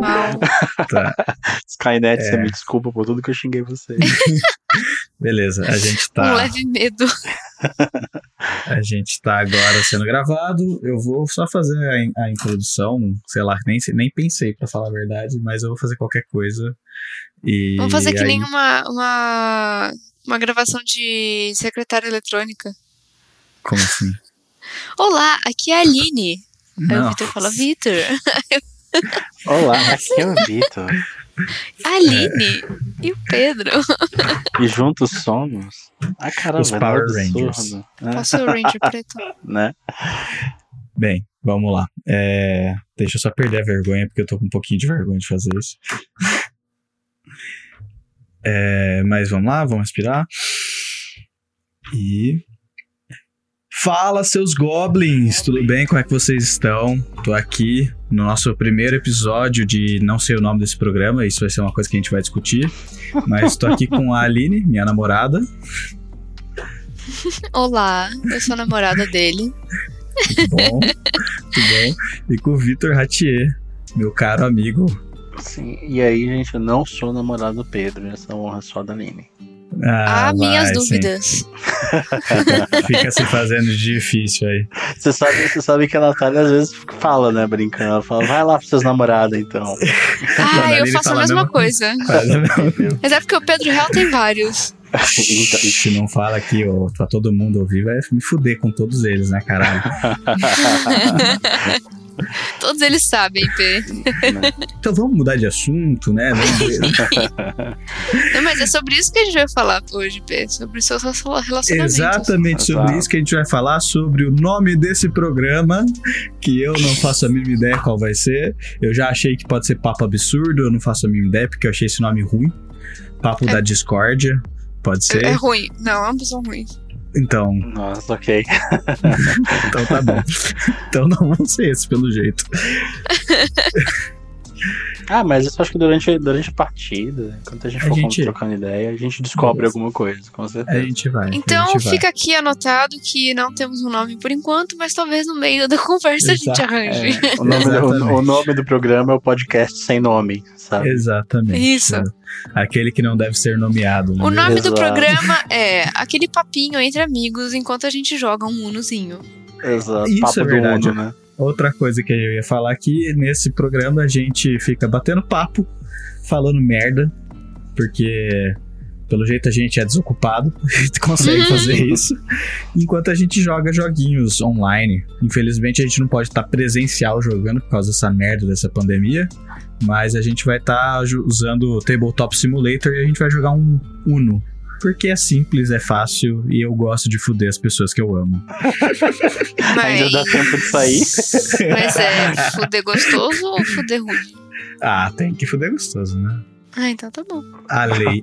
mal. Tá. Skynet, você me desculpa por tudo que eu xinguei você. Beleza, a gente tá... Um leve medo. A gente tá agora sendo gravado. Eu vou só fazer a introdução, sei lá, nem pensei pra falar a verdade, mas eu vou fazer qualquer coisa. E Vamos fazer que aí... nem uma gravação de secretária eletrônica. Como assim? Olá, aqui é a Aline. Aí Não. o Vitor fala, Vitor. Olá, aqui é o Vitor. A Aline e o Pedro. E juntos somos a caravana Os Power do Rangers. surdo, né? Passou o Ranger preto. Né? Bem, vamos lá. Deixa eu só perder a vergonha, porque eu tô com um pouquinho de vergonha de fazer isso. Mas vamos lá, vamos respirar. E... Fala, seus goblins! Tudo bem? Como é que vocês estão? Tô aqui no nosso primeiro episódio de não sei o nome desse programa. Isso vai ser uma coisa que a gente vai discutir. Mas tô aqui com a Aline, minha namorada. Olá, eu sou a namorada dele. Muito bom. E com o Vitor Ratier, meu caro amigo. Sim, e aí, gente, eu não sou namorado do Pedro. Essa honra é só da Aline. Minhas vai, dúvidas. Fica se fazendo de difícil aí. Você sabe que a Natália às vezes fala, né, brincando. Ela fala, vai lá pros seus namorados, então. Eu faço a mesma coisa. Mas é porque o Pedro Real tem vários. Se não fala aqui, pra todo mundo ouvir, vai me fuder com todos eles, né, caralho? Todos eles sabem, P. Então vamos mudar de assunto, né? Não, mas é sobre isso que a gente vai falar hoje, P. Sobre os seus relacionamentos. Exatamente sobre isso que a gente vai falar, sobre o nome desse programa, que eu não faço a mínima ideia qual vai ser. Eu já achei que pode ser Papo Absurdo, eu não faço a mínima ideia, porque eu achei esse nome ruim. Papo da Discórdia, pode ser. É ruim. Não, ambos são ruins. Então. Nossa, ok. Então tá bom. Então não vão ser esses, pelo jeito. Mas isso acho que durante a partida, enquanto a gente for trocando ideia, a gente descobre alguma coisa, com certeza. A gente vai. Então fica aqui anotado que não temos um nome por enquanto, mas talvez no meio da conversa a gente arranje. O nome do programa é o podcast sem nome, sabe? Exatamente. Isso. Aquele que não deve ser nomeado. Né? O nome do programa é aquele papinho entre amigos enquanto a gente joga um Unozinho. Exato. Isso Papo é verdade. do Uno, né? Outra coisa que eu ia falar aqui, nesse programa a gente fica batendo papo, falando merda, porque pelo jeito a gente é desocupado, a gente consegue fazer isso, enquanto a gente joga joguinhos online. Infelizmente a gente não pode estar presencial jogando por causa dessa merda, dessa pandemia, mas a gente vai estar usando o Tabletop Simulator e a gente vai jogar um Uno. Porque é simples, é fácil e eu gosto de fuder as pessoas que eu amo. Ainda dá tempo de sair. Mas é fuder gostoso ou fuder ruim? Tem que fuder gostoso, né? Então tá bom. A lei.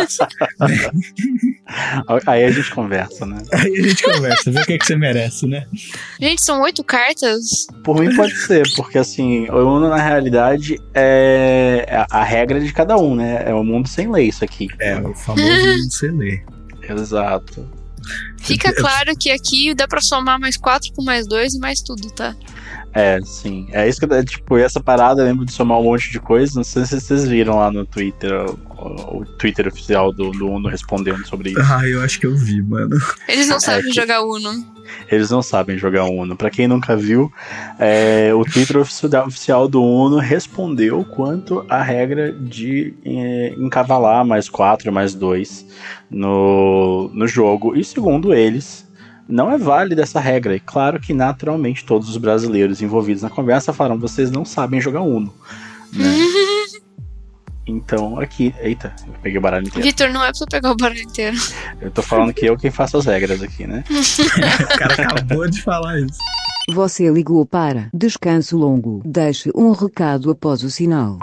Aí a gente conversa, né? Aí a gente conversa, vê o que você merece, né? Gente, são 8 cartas? Por mim pode ser, porque assim, o Uno na realidade é a regra de cada um, né? É o mundo sem lei isso aqui. É o famoso mundo sem lei. Exato. Fica claro que aqui dá pra somar mais 4 com mais 2 e mais tudo, tá? Sim. É isso que tipo, essa parada, eu lembro de somar um monte de coisa. Não sei se vocês viram lá no Twitter, o Twitter oficial do Uno respondendo sobre isso. Eu acho que eu vi, mano. Eles não sabem jogar Uno. Eles não sabem jogar Uno. Pra quem nunca viu, o Twitter oficial do Uno respondeu quanto à regra de encavalar mais 4, mais 2 no jogo. E segundo eles, não é válida essa regra. E claro que naturalmente todos os brasileiros envolvidos na conversa falaram, vocês não sabem jogar Uno, né? Então aqui, eita, eu peguei o baralho inteiro. Vitor, não é pra você pegar o baralho inteiro. Eu tô falando que eu quem faço as regras aqui, né? O cara acabou de falar isso. Você ligou para Descanso Longo. Deixe um recado após o sinal.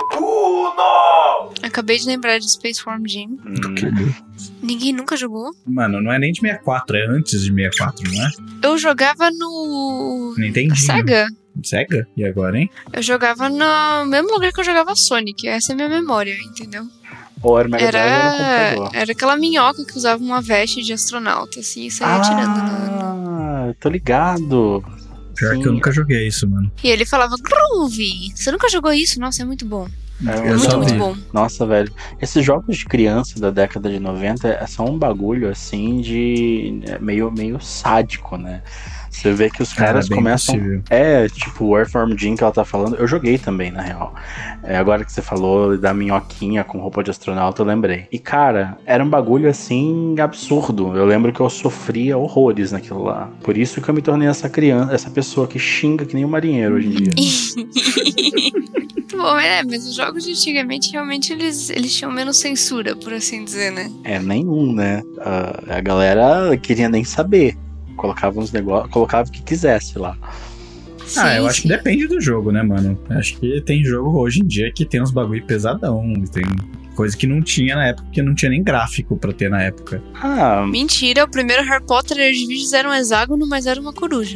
Acabei de lembrar de Space Form Gym. Ninguém nunca jogou? Mano, não é nem de 64, é antes de 64, não é? Eu jogava no... Nintendinho. Sega? Sega? E agora, hein? Eu jogava no mesmo lugar que eu jogava Sonic. Essa é a minha memória, entendeu? Ou era Mega Drive ou era um computador. Era aquela minhoca que usava uma veste de astronauta, assim, e saía atirando no... Tô ligado. Pior que eu nunca joguei isso, mano. E ele falava, Groovy, você nunca jogou isso? Nossa, é muito bom. Eu só muito vi. bom. Nossa, velho. Esses jogos de criança da década de 90 são um bagulho, assim, de... meio sádico, né? Você vê que os caras bem começam... possível. Tipo o Earthworm Jim que ela tá falando. Eu joguei também, na real. Agora que você falou da minhoquinha com roupa de astronauta, eu lembrei. E, cara, era um bagulho, assim, absurdo. Eu lembro que eu sofria horrores naquilo lá. Por isso que eu me tornei essa pessoa que xinga que nem um marinheiro hoje em dia. Muito bom, mas os jogos de antigamente, realmente, eles tinham menos censura, por assim dizer, né? Nenhum, né? A galera queria nem saber. Colocava uns negócios, colocava o que quisesse lá. Eu acho que depende do jogo, né, mano? Acho que tem jogo hoje em dia que tem uns bagulho pesadão, tem coisa que não tinha na época, porque não tinha nem gráfico pra ter na época. Mentira, o primeiro Harry Potter eles fizeram um hexágono, mas era uma coruja.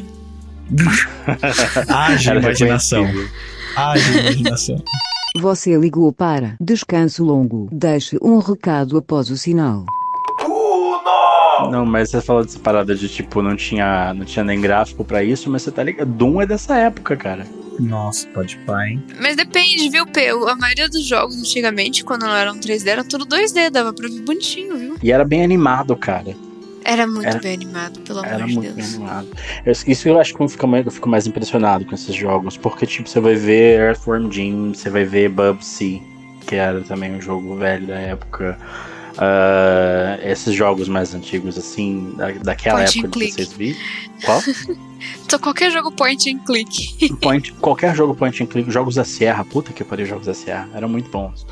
Haja imaginação. Haja imaginação. Você ligou para Descanso Longo. Deixe um recado após o sinal. Não, mas você falou dessa parada de tipo, não tinha nem gráfico pra isso, mas você tá ligado? Doom é dessa época, cara. Nossa, pode pá, hein? Mas depende, viu, P? A maioria dos jogos antigamente, quando não eram 3D, era tudo 2D, dava pra ver bonitinho, viu? E era bem animado, cara. Era muito bem animado, pelo amor de Deus. Era muito bem animado. Isso eu acho que eu fico mais impressionado com esses jogos, porque tipo, você vai ver Earthworm Jim, você vai ver Bubsy, que era também um jogo velho da época. Esses jogos mais antigos, assim, daquela Point época and de click. 16 bits. Qual? Então, qualquer jogo point and click. Qualquer jogo point and click. Jogos da Sierra, puta que pariu, jogos da Sierra, eram muito bons.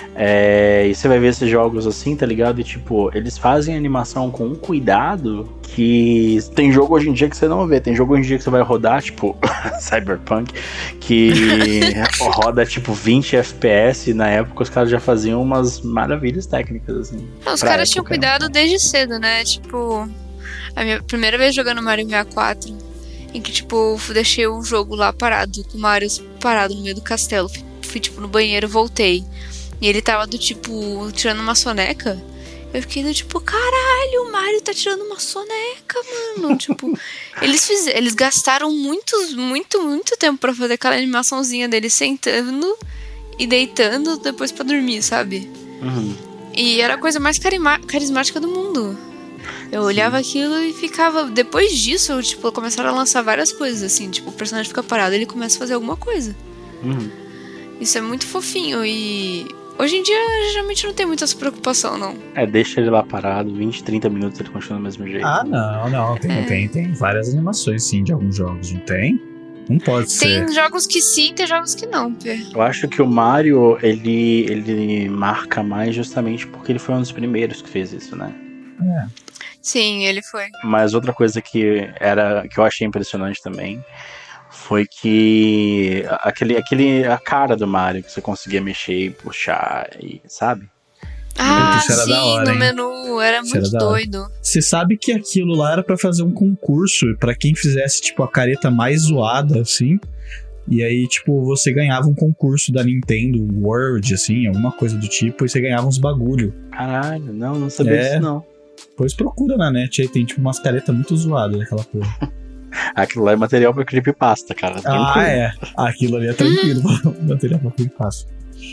E você vai ver esses jogos assim, tá ligado? E tipo, eles fazem animação com um cuidado que tem jogo hoje em dia que você não vê. Tem jogo hoje em dia que você vai rodar, tipo, Cyberpunk, que roda tipo 20 FPS, e na época os caras já faziam umas maravilhas técnicas, assim. Os caras tinham cuidado desde cedo, né? Tipo, a minha primeira vez jogando Mario 64, em que, tipo, deixei o jogo lá parado, com o Mario parado no meio do castelo. Fui, tipo, no banheiro, voltei. E ele tava do tipo, tirando uma soneca. Eu fiquei do tipo, caralho, o Mario tá tirando uma soneca, mano. Tipo, eles gastaram muito tempo pra fazer aquela animaçãozinha dele sentando e deitando depois pra dormir, sabe? Uhum. E era a coisa mais carismática do mundo. Eu olhava aquilo e ficava... Depois disso, tipo, começaram a lançar várias coisas, assim. Tipo, o personagem fica parado e ele começa a fazer alguma coisa. Uhum. Isso é muito fofinho e... Hoje em dia, geralmente não tem muita preocupação, não. Deixa ele lá parado, 20, 30 minutos ele continua do mesmo jeito. Não. Tem várias animações, sim, de alguns jogos, não tem? Não pode ser. Tem jogos que sim, tem jogos que não, Pê. Eu acho que o Mario, ele marca mais justamente porque ele foi um dos primeiros que fez isso, né? Sim, ele foi. Mas outra coisa que eu achei impressionante também foi que a cara do Mario que você conseguia mexer e puxar, sabe? Isso era sim, da hora, no hein? menu, era Isso muito era da hora. doido. Você sabe que aquilo lá era pra fazer um concurso pra quem fizesse, tipo, a careta mais zoada, assim. E aí, tipo, você ganhava um concurso da Nintendo World, assim, alguma coisa do tipo, e você ganhava uns bagulho. Caralho, não sabia disso não. Pois procura na net, aí tem, tipo, umas caretas muito zoadas daquela porra. Aquilo lá é material pra creepypasta, cara. Tranquilo. Aquilo ali é tranquilo. Material pra creepypasta.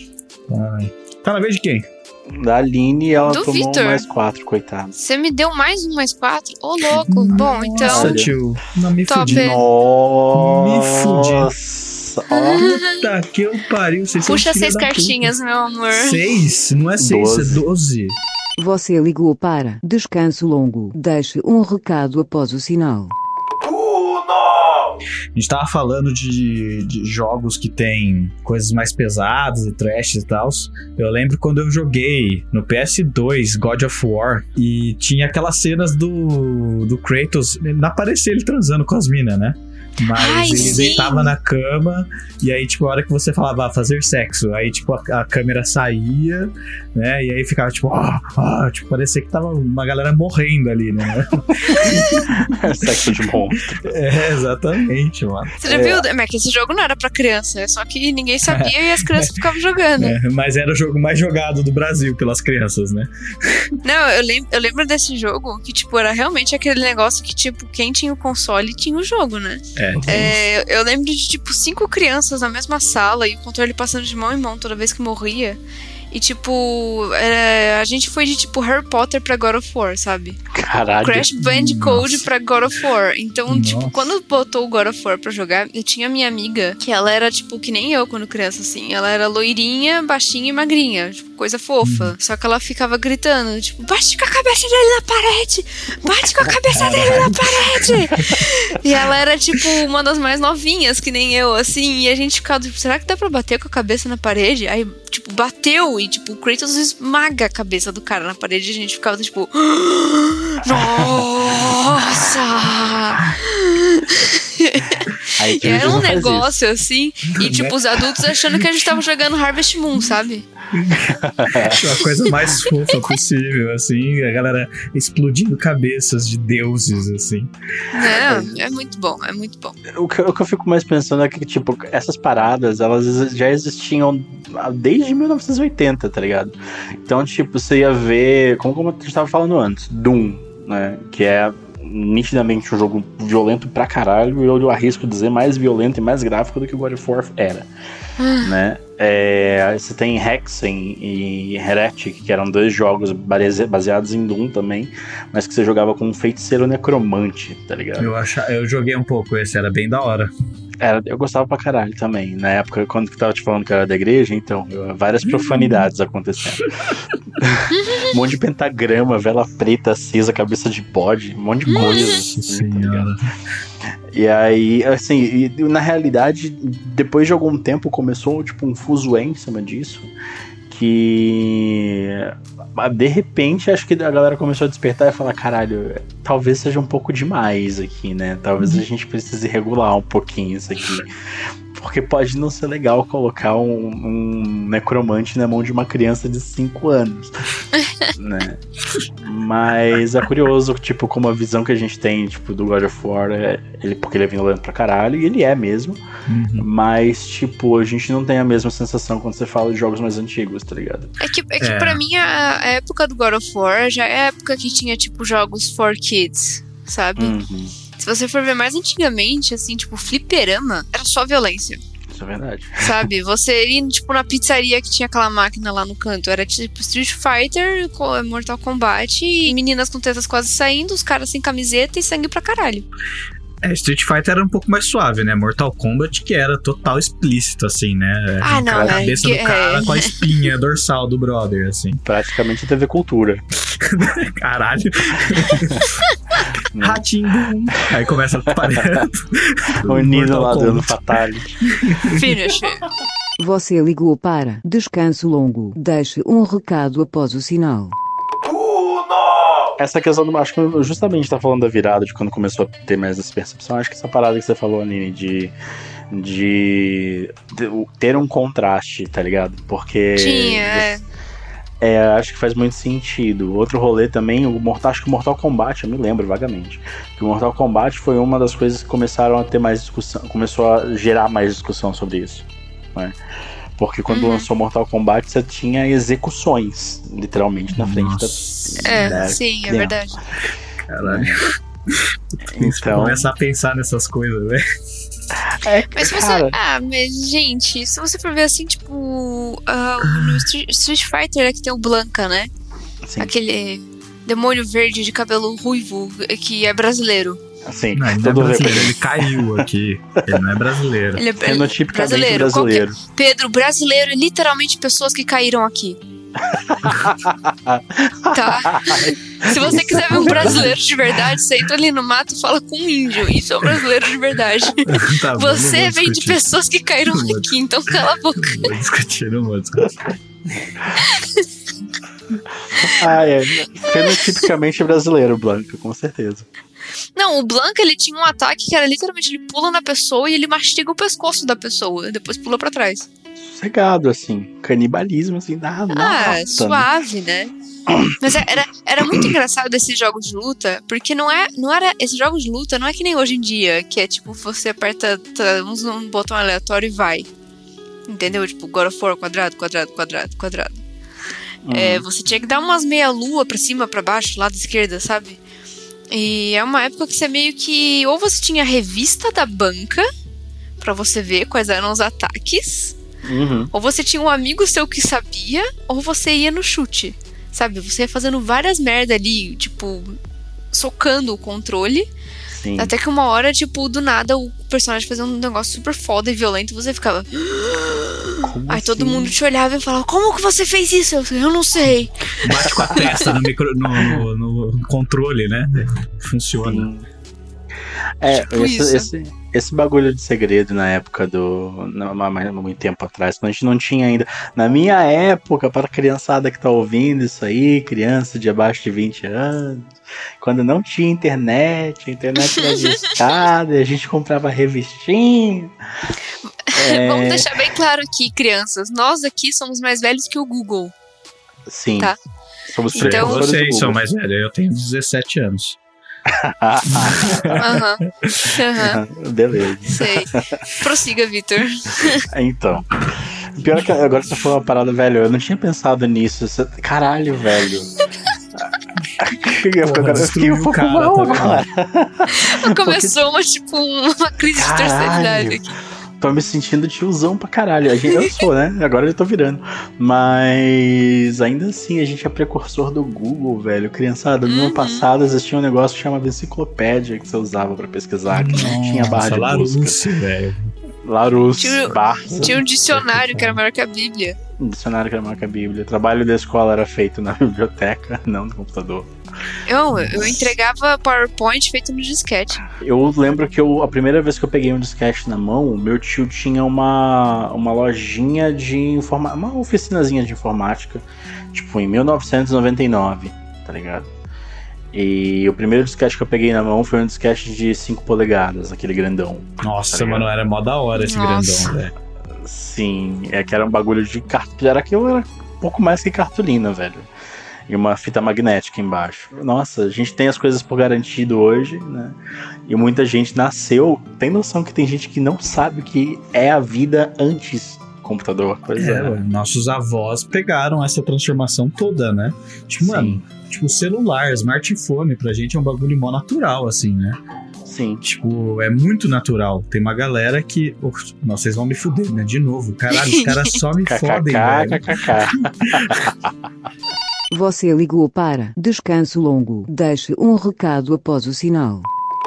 Tá na vez de quem? Da Aline, ela Do tomou Victor. mais 4, coitada. Você me deu mais 4? Ô, louco. Bom, então... Nossa, tio. Não, me Top. fudi. Nossa. Puta que eu pariu. Puxa 6 cartinhas, meu amor. 6? Não é 6, é 12. Você ligou para Descanso Longo. Deixe um recado após o sinal. A gente tava falando de jogos que tem coisas mais pesadas e trash e tal. Eu lembro quando eu joguei no PS2 God of War e tinha aquelas cenas do Kratos, não aparecia ele transando com as minas, né? Mas ele sim. deitava na cama e aí, tipo, a hora que você falava fazer sexo, aí, tipo, a câmera saía, né? E aí ficava, tipo, tipo, parecia que tava uma galera morrendo ali, né? Sexo de monstro. Exatamente, mano. Você já viu, Mac? Esse jogo não era pra criança, é só que ninguém sabia e as crianças ficavam jogando. Mas era o jogo mais jogado do Brasil pelas crianças, né? Não, eu lembro desse jogo que, tipo, era realmente aquele negócio que, tipo, quem tinha o console tinha o jogo, né? Eu lembro de, tipo, 5 crianças na mesma sala e o controle passando de mão em mão toda vez que morria. E, tipo, a gente foi de, tipo, Harry Potter pra God of War, sabe? Caralho. Crash Bandicoot pra God of War. Então, tipo, quando botou o God of War pra jogar, eu tinha minha amiga, que ela era, tipo, que nem eu quando criança, assim. Ela era loirinha, baixinha e magrinha. Tipo, coisa fofa. Só que ela ficava gritando, tipo, bate com a cabeça dele na parede! Bate com a cabeça dele na parede! E ela era, tipo, uma das mais novinhas, que nem eu, assim. E a gente ficava, tipo, será que dá pra bater com a cabeça na parede? Aí, tipo, bateu e, tipo, o Kratos esmaga a cabeça do cara na parede e a gente ficava, tipo, nossa! Aí, e era um negócio assim, e tipo, os adultos achando que a gente tava jogando Harvest Moon, sabe? A coisa mais fofa possível, assim, a galera explodindo cabeças de deuses, assim. É muito bom, é muito bom. O que eu fico mais pensando é que, tipo, essas paradas, elas já existiam desde 1980, tá ligado? Então, tipo, você ia ver, como a gente tava falando antes, Doom, né, que é nitidamente um jogo violento pra caralho, e eu arrisco dizer mais violento e mais gráfico do que o God of War era, né? Você tem Hexen e Heretic, que eram 2 jogos baseados em Doom também, mas que você jogava com um feiticeiro necromante, tá ligado? Eu joguei um pouco esse, era bem da hora. Eu gostava pra caralho também. Na época, quando eu tava te falando que eu era da igreja, então, várias profanidades acontecendo. Um monte de pentagrama, vela preta acesa, cabeça de bode, um monte de coisa. Assim, tá ligado? E aí, assim, na realidade, depois de algum tempo começou, tipo, um fuzuê em cima disso, que de repente acho que a galera começou a despertar e falar, caralho, talvez seja um pouco demais aqui, né? Talvez a gente precise regular um pouquinho isso aqui. Porque pode não ser legal colocar um necromante na mão de uma criança de 5 anos, né? Mas é curioso, tipo, como a visão que a gente tem, tipo, do God of War, porque ele é violento pra caralho, e ele é mesmo, mas, tipo, a gente não tem a mesma sensação quando você fala de jogos mais antigos, tá ligado? É que pra mim, a época do God of War já é a época que tinha, tipo, jogos for kids, sabe? Se você for ver mais antigamente, assim, tipo, fliperama, era só violência. Isso é verdade. Sabe? Você ir, tipo, na pizzaria que tinha aquela máquina lá no canto. Era tipo Street Fighter, Mortal Kombat, e meninas com tetas quase saindo, os caras sem camiseta e sangue pra caralho. Street Fighter era um pouco mais suave, né? Mortal Kombat que era total explícito, assim, né? Não, a cabeça do cara com a espinha dorsal do brother, assim. Praticamente TV Cultura. Caralho. Ratinho. Aí começa a parar. O Nino lá dando fatality. Finish. Você ligou para descanso longo. Deixe um recado após o sinal. Essa questão do... Acho que justamente tá falando da virada, de quando começou a ter mais essa percepção. Acho que essa parada que você falou, Aline, de ter um contraste, tá ligado? Porque... Tinha, acho que faz muito sentido. Outro rolê também, acho que o Mortal Kombat, eu me lembro vagamente, que o Mortal Kombat foi uma das coisas que começaram a ter mais discussão, começou a gerar mais discussão sobre isso, né? Porque quando lançou Mortal Kombat, você tinha execuções, literalmente, na frente da... Sim, é verdade. Caralho. Então... Começar a pensar nessas coisas, né? Mas se você... mas gente, se você for ver assim, tipo, no Street Fighter é que tem o Blanka, né? Sim. Aquele demônio verde de cabelo ruivo que é brasileiro. Assim, não, ele não é brasileiro, ele caiu aqui. Ele não é brasileiro. Ele é fenotipicamente brasileiro. Pedro, brasileiro é literalmente pessoas que caíram aqui. Tá? Se você quiser ver um brasileiro de verdade, você entra ali no mato e fala com um índio. Isso é um brasileiro de verdade. Tá, você vem de pessoas que caíram aqui, então cala a boca. Não vou discutir. Fenotipicamente brasileiro, Blanca, com certeza. Não, o Blanca, ele tinha um ataque que era literalmente, ele pula na pessoa e ele mastiga o pescoço da pessoa, depois pula pra trás. Sossegado, assim, canibalismo, assim, nada. Suave, né? Mas era muito engraçado esses jogos de luta, porque não era esses jogos de luta não é que nem hoje em dia, que é tipo, você aperta um botão aleatório e vai. Entendeu? Tipo, God of War, quadrado. Você tinha que dar umas meia-lua pra cima, pra baixo, lado esquerda, sabe? E é uma época que você meio que... Ou você tinha a revista da banca pra você ver quais eram os ataques. Ou você tinha um amigo seu que sabia, ou você ia no chute. Sabe? Você ia fazendo várias merda ali, tipo, socando o controle. Sim. Até que uma hora, tipo, do nada, o personagem fazia um negócio super foda e violento e você ficava... Como Aí todo assim? mundo te olhava e falava, como que você fez isso? Eu não sei. Bate com a testa no controle, né? Funciona. Sim. É, Tipo esse bagulho de segredo na época muito tempo atrás, quando a gente não tinha ainda. Na minha época, para a criançada que tá ouvindo isso aí, criança de abaixo de 20 anos, quando não tinha internet, a internet era discada, e a gente comprava revistinha. Vamos deixar bem claro aqui, crianças. Nós aqui somos mais velhos que o Google. Sim. Tá. Somos Então- precursores do Vocês Google. são mais velhos, eu tenho 17 anos. Aham. Beleza. Sei. Prossiga, Vitor. Então. Pior que agora você falou uma parada, velho. Eu não tinha pensado nisso. Caralho, velho. Eu fiquei um pouco mal agora. Começou uma crise de terceira idade aqui. Tô me sentindo tiozão pra caralho. Eu sou, né? Agora eu tô virando. Mas ainda assim, a gente é precursor do Google, velho. Criançada, no ano passado existia um negócio que chamava enciclopédia que você usava pra pesquisar, que não tinha barra de Larousse, busca. velho. Larousse, Tinha- Barça. Tinha um dicionário que era maior que a Bíblia. Um dicionário que era maior que a Bíblia. O trabalho da escola era feito na biblioteca, não no computador. Eu entregava PowerPoint feito no disquete. Eu lembro que a primeira vez que eu peguei um disquete na mão, meu tio tinha uma lojinha de uma oficinazinha de informática, tipo em 1999, tá ligado? E o primeiro disquete que eu peguei na mão foi um disquete de 5 polegadas, aquele grandão. Nossa, Tá ligado? mano, era mó da hora esse Nossa. grandão, velho. Sim, que era um bagulho de cartolina. Era um pouco mais que cartolina, velho. E uma fita magnética embaixo. Nossa, a gente tem as coisas por garantido hoje, né? E muita gente nasceu. Tem noção que tem gente que não sabe o que é a vida antes do computador? Pois é. Ué, nossos avós pegaram essa transformação toda, né? Tipo, mano, tipo, celular, smartphone, pra gente é um bagulho mó natural, assim, né? Sim. Tipo, é muito natural. Tem uma galera que... Nossa, vocês vão me fuder, né? De novo. Caralho, os caras só me fodem, velho. Você ligou para descanso longo. Deixe um recado após o sinal.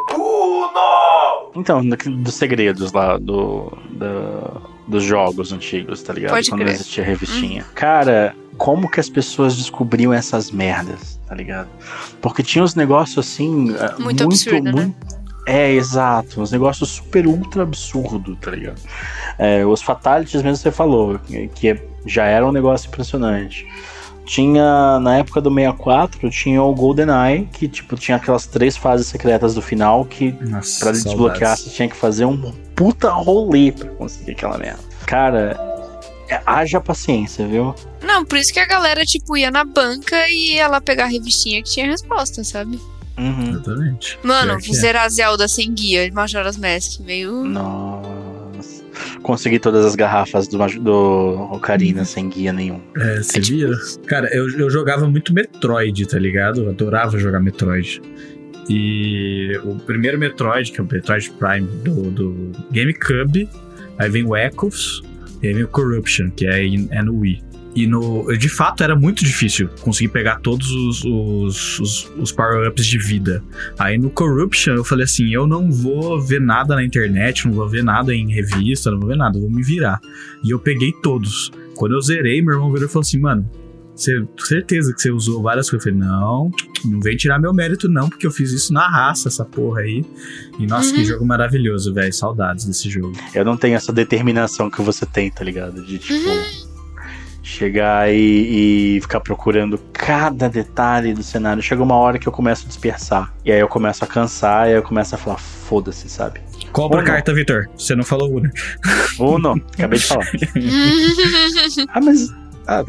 Então, dos segredos lá dos jogos antigos, tá ligado? Pode Quando crer. existia revistinha. Cara, como que as pessoas descobriam essas merdas, tá ligado? Porque tinha uns negócios assim... Muito absurdo, né? É, exato. Uns negócios super ultra absurdo, tá ligado? Os fatalities mesmo você falou, que já era um negócio impressionante. Tinha, na época do 64, tinha o GoldenEye, que tipo, tinha aquelas 3 fases secretas do final que Nossa, pra desbloquear você tinha que fazer um puta rolê pra conseguir aquela merda. Cara, haja paciência, viu? Não, por isso que a galera, tipo, ia na banca e ia lá pegar a revistinha que tinha resposta, sabe? Uhum. Exatamente. Mano, Pior que é. zerar Zelda sem guia, Majora's Mask, meio... Nossa. Consegui todas as garrafas do Ocarina sem guia nenhum. Você vira? Cara, eu jogava muito Metroid, tá ligado? Eu adorava jogar Metroid. E o primeiro Metroid, que é o Metroid Prime do GameCube, aí vem o Echoes, e aí vem o Corruption, que é no Wii. E de fato era muito difícil conseguir pegar todos os power-ups de vida. Aí no Corruption eu falei assim, eu não vou ver nada na internet, não vou ver nada em revista, não vou ver nada, eu vou me virar. E eu peguei todos. Quando eu zerei, meu irmão virou e falou assim, mano, certeza que você usou várias coisas? Eu falei, não vem tirar meu mérito não, porque eu fiz isso na raça, essa porra aí. E nossa, que jogo maravilhoso, velho, saudades desse jogo. Eu não tenho essa determinação que você tem, tá ligado? De tipo... chegar e ficar procurando cada detalhe do cenário. Chega uma hora que eu começo a dispersar. E aí eu começo a cansar, e aí eu começo a falar, foda-se, sabe? Compra a carta, Vitor. Você não falou Uno. Uno, acabei de falar. Mas... tá.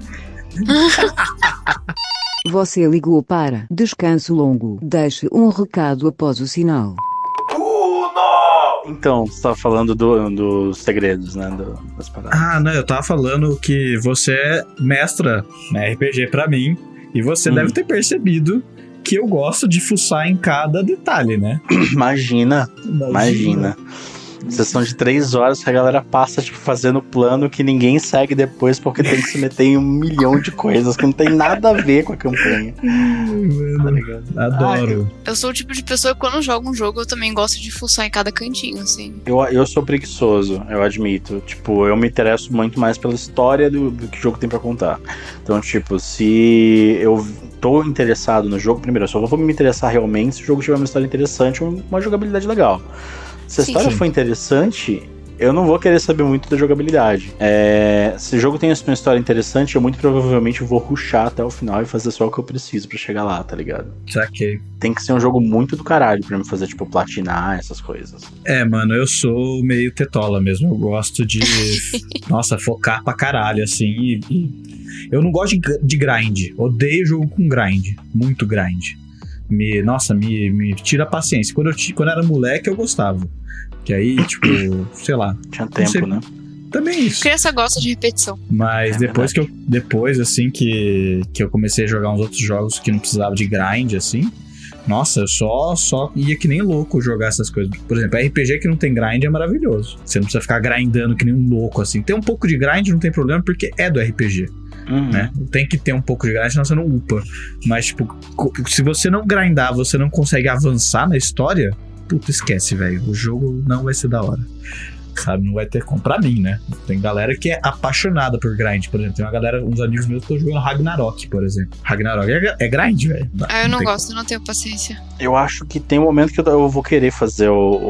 Você ligou para descanso longo. Deixe um recado após o sinal. Então, você tava falando dos segredos, né? Das paradas. Ah, não, eu tava falando que você é mestra na RPG pra mim. E você deve ter percebido que eu gosto de fuçar em cada detalhe, né? Imagina. Sessão de 3 horas que a galera passa, tipo, fazendo plano que ninguém segue depois porque tem que se meter em 1 milhão de coisas que não tem nada a ver com a campanha. Mano, Tá ligado? adoro. Eu sou o tipo de pessoa que quando jogo um jogo, eu também gosto de fuçar em cada cantinho, assim. Eu sou preguiçoso, eu admito. Tipo, eu me interesso muito mais pela história do que o jogo tem pra contar. Então, tipo, se eu tô interessado no jogo, primeiro, eu só vou me interessar realmente se o jogo tiver uma história interessante ou uma jogabilidade legal. Se a história for interessante, eu não vou querer saber muito da jogabilidade. Se o jogo tem uma história interessante, eu muito provavelmente vou rushar até o final e fazer só o que eu preciso pra chegar lá, tá ligado? Saquei. Tem que ser um jogo muito do caralho pra me fazer, tipo, platinar essas coisas. Mano, eu sou meio tetola mesmo. Eu gosto de, nossa, focar pra caralho, assim. Eu não gosto de grind. Odeio jogo com grind. Muito grind. Me tira a paciência. Quando eu era moleque, eu gostava. Que aí, tipo, sei lá. Tinha tempo, né? A Também isso. criança gosta de repetição. Mas depois, assim, que eu comecei a jogar uns outros jogos que não precisava de grind, assim, nossa, eu só ia que nem louco jogar essas coisas. Por exemplo, RPG que não tem grind é maravilhoso. Você não precisa ficar grindando que nem um louco, assim. Tem um pouco de grind, não tem problema, porque é do RPG. Né? Tem que ter um pouco de grind, senão você não upa. Mas, tipo, se você não grindar, você não consegue avançar na história, puta, esquece, velho. O jogo não vai ser da hora. Sabe? Não vai ter como. Pra mim, né? Tem galera que é apaixonada por grind, por exemplo. Tem uma galera, uns amigos meus que estão jogando Ragnarok, por exemplo. Ragnarok é grind, velho. Eu não gosto, eu não tenho paciência. Eu acho que tem um momento que eu vou querer fazer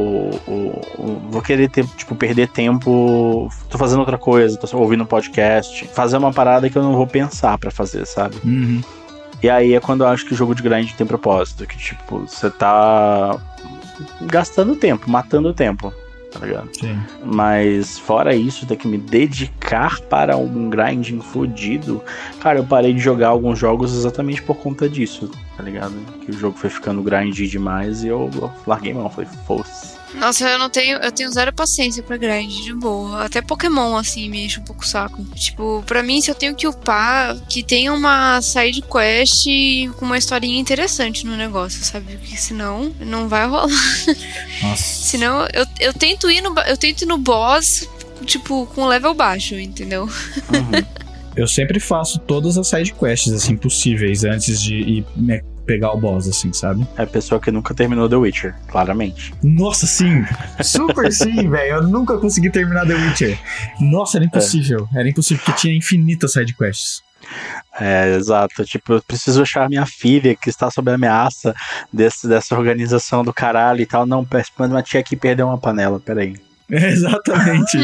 vou querer ter, tipo, perder tempo. Tô fazendo outra coisa, tô ouvindo um podcast. Fazer uma parada que eu não vou pensar pra fazer, sabe? Uhum. E aí é quando eu acho que o jogo de grind tem propósito. Que, tipo, você tá gastando tempo, matando tempo. Tá ligado? Sim. Mas fora isso, ter que me dedicar para um grinding fodido, cara, eu parei de jogar alguns jogos exatamente por conta disso, tá ligado? Que o jogo foi ficando grindy demais e eu larguei mão, falei, fosse. Nossa, eu tenho zero paciência pra grind, de boa. Até Pokémon, assim, me enche um pouco o saco. Tipo, pra mim, se eu tenho que upar, que tenha uma side quest com uma historinha interessante no negócio, sabe? Porque senão não vai rolar. Nossa. Senão, eu tento ir no boss, tipo, com level baixo, entendeu? Uhum. Eu sempre faço todas as side quests, assim, possíveis antes de ir pegar o boss, assim, sabe? É a pessoa que nunca terminou The Witcher, claramente. Nossa, sim! Super sim, velho! Eu nunca consegui terminar The Witcher. Nossa, era impossível. Era impossível, porque tinha infinitas side quests. Exato. Tipo, eu preciso achar minha filha que está sob ameaça dessa organização do caralho e tal. Não, uma tia aqui perdeu uma panela, peraí. Exatamente.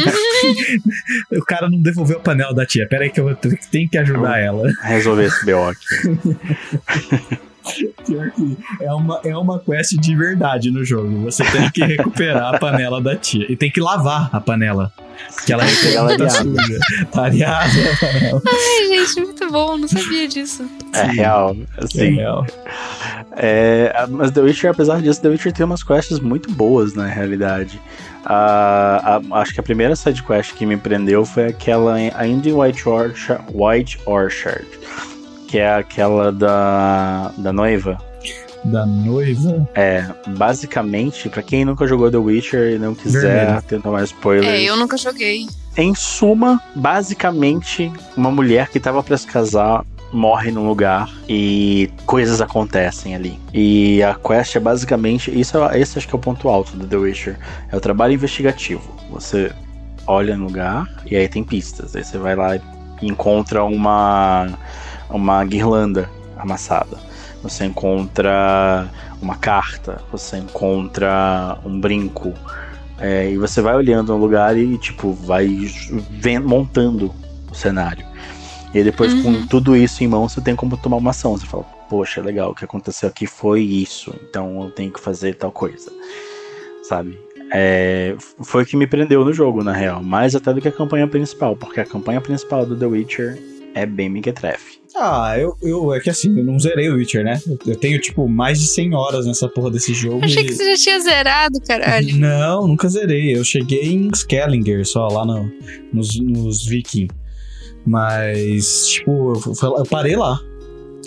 O cara não devolveu a panela da tia. Pera aí que eu tenho que ajudar ela. Resolver esse BO aqui. Pior que é uma quest de verdade no jogo. Você tem que recuperar a panela da tia. E tem que lavar a panela. Que ela tá suja. Tá areada a panela. Ai, gente, muito bom. Não sabia disso. É real. Assim, é real. Mas The Witcher, apesar disso, The Witcher tem umas quests muito boas, na realidade. Acho que a primeira side quest que me prendeu foi aquela ainda em White Orchard, que é aquela da noiva. Da noiva? Basicamente, pra quem nunca jogou The Witcher e não quiser tentar mais spoilers. Eu nunca joguei. Em suma, basicamente, uma mulher que tava pra se casar morre num lugar e coisas acontecem ali. E a quest é basicamente... Esse acho que é o ponto alto do The Witcher. É o trabalho investigativo. Você olha no lugar e aí tem pistas. Aí você vai lá e encontra uma guirlanda amassada. Você encontra uma carta. Você encontra um brinco. E você vai olhando no lugar e tipo vai montando o cenário. E aí depois, com tudo isso em mão, você tem como tomar uma ação. Você fala, poxa, legal, o que aconteceu aqui foi isso, então eu tenho que fazer tal coisa, sabe? Foi o que me prendeu no jogo, na real, mais até do que a campanha principal, porque a campanha principal do The Witcher é bem mequetrefe. É que assim, eu não zerei o Witcher, né? Eu tenho, tipo, mais de 100 horas nessa porra desse jogo. Achei que você já tinha zerado, caralho. Não, nunca zerei. Eu cheguei em Skellinger só, lá nos Vikings. Mas, tipo, eu parei lá.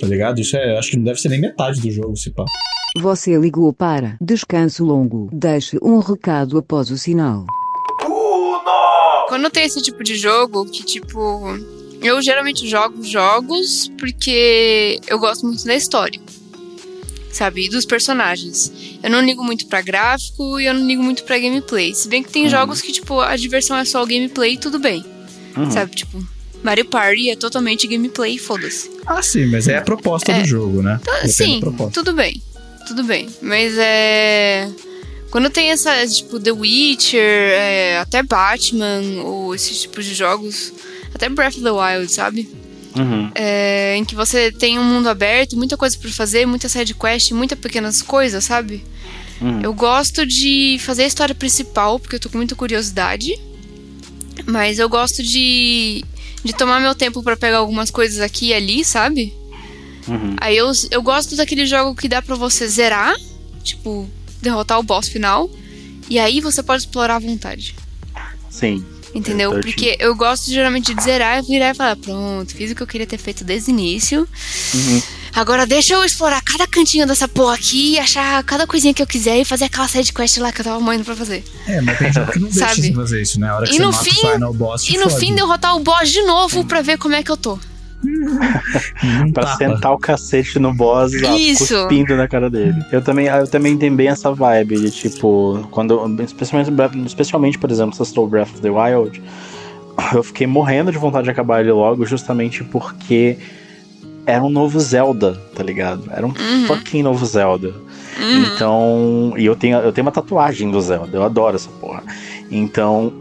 tá ligado? Isso acho que não deve ser nem metade do jogo, se pá. Você ligou para descanso longo. Deixe um recado após o sinal. Quando tem esse tipo de jogo, que tipo... Eu geralmente jogo jogos porque eu gosto muito da história, sabe? E dos personagens. Eu não ligo muito pra gráfico e eu não ligo muito pra gameplay. Se bem que tem jogos que, tipo, a diversão é só o gameplay, tudo bem. Sabe? Tipo, Mario Party é totalmente gameplay, foda-se. Ah, sim, mas é a proposta do jogo, né? Sim, tudo bem. Tudo bem. Mas quando tem essa, tipo, The Witcher, até Batman, ou esses tipos de jogos, até Breath of the Wild, sabe? Em que você tem um mundo aberto, muita coisa pra fazer, muita side quest, muitas pequenas coisas, sabe? Eu gosto de fazer a história principal, porque eu tô com muita curiosidade. Mas eu gosto de tomar meu tempo pra pegar algumas coisas aqui e ali, sabe? Aí eu gosto daquele jogo que dá pra você zerar, tipo, derrotar o boss final, e aí você pode explorar à vontade. Sim. Entendeu? Porque eu gosto geralmente de zerar, virar e falar, pronto, fiz o que eu queria ter feito desde o início. Agora deixa eu explorar cada cantinho dessa porra aqui, achar cada coisinha que eu quiser e fazer aquela side quest lá que eu tava morrendo pra fazer. Mas tem jogo que não deixa você fazer isso, né? A hora que você mata o final boss, e no fim derrotar o boss de novo pra ver como é que eu tô. Pra sentar o cacete no boss, cuspindo na cara dele. Eu também tenho bem essa vibe de tipo, especialmente, por exemplo, se eu estou Breath of the Wild, eu fiquei morrendo de vontade de acabar ele logo, justamente porque era um novo Zelda, tá ligado? Era um fucking novo Zelda. Então, e eu tenho uma tatuagem do Zelda, eu adoro essa porra. Então,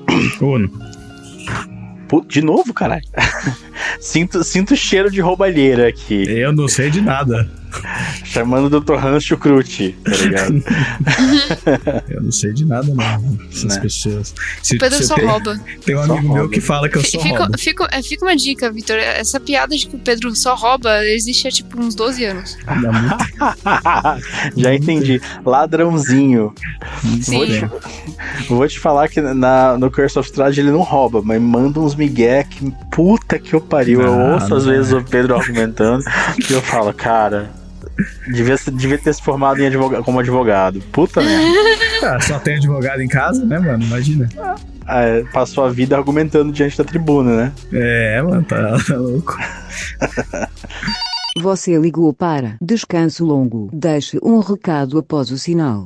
de novo, caralho. Sinto cheiro de roubalheira aqui. Eu não sei de nada. Chamando o Dr. Hans Chucrute, tá ligado? Eu não sei de nada, não. Essas pessoas. O Pedro só rouba. Tem um amigo meu que fala que eu só roubo. Fica uma dica, Vitor. Essa piada de que o Pedro só rouba existe há tipo uns 12 anos. Já entendi. Ladrãozinho. Vou te falar que no Curse of Strahd ele não rouba, mas manda uns migué que puta que eu pariu. Eu ouço às vezes o Pedro argumentando e eu falo, cara, devia ter se formado como advogado. Puta merda. Só tem advogado em casa, né, mano? Imagina. Passou a vida argumentando diante da tribuna, né? Mano, tá louco. Você ligou para descanso longo. Deixe um recado após o sinal.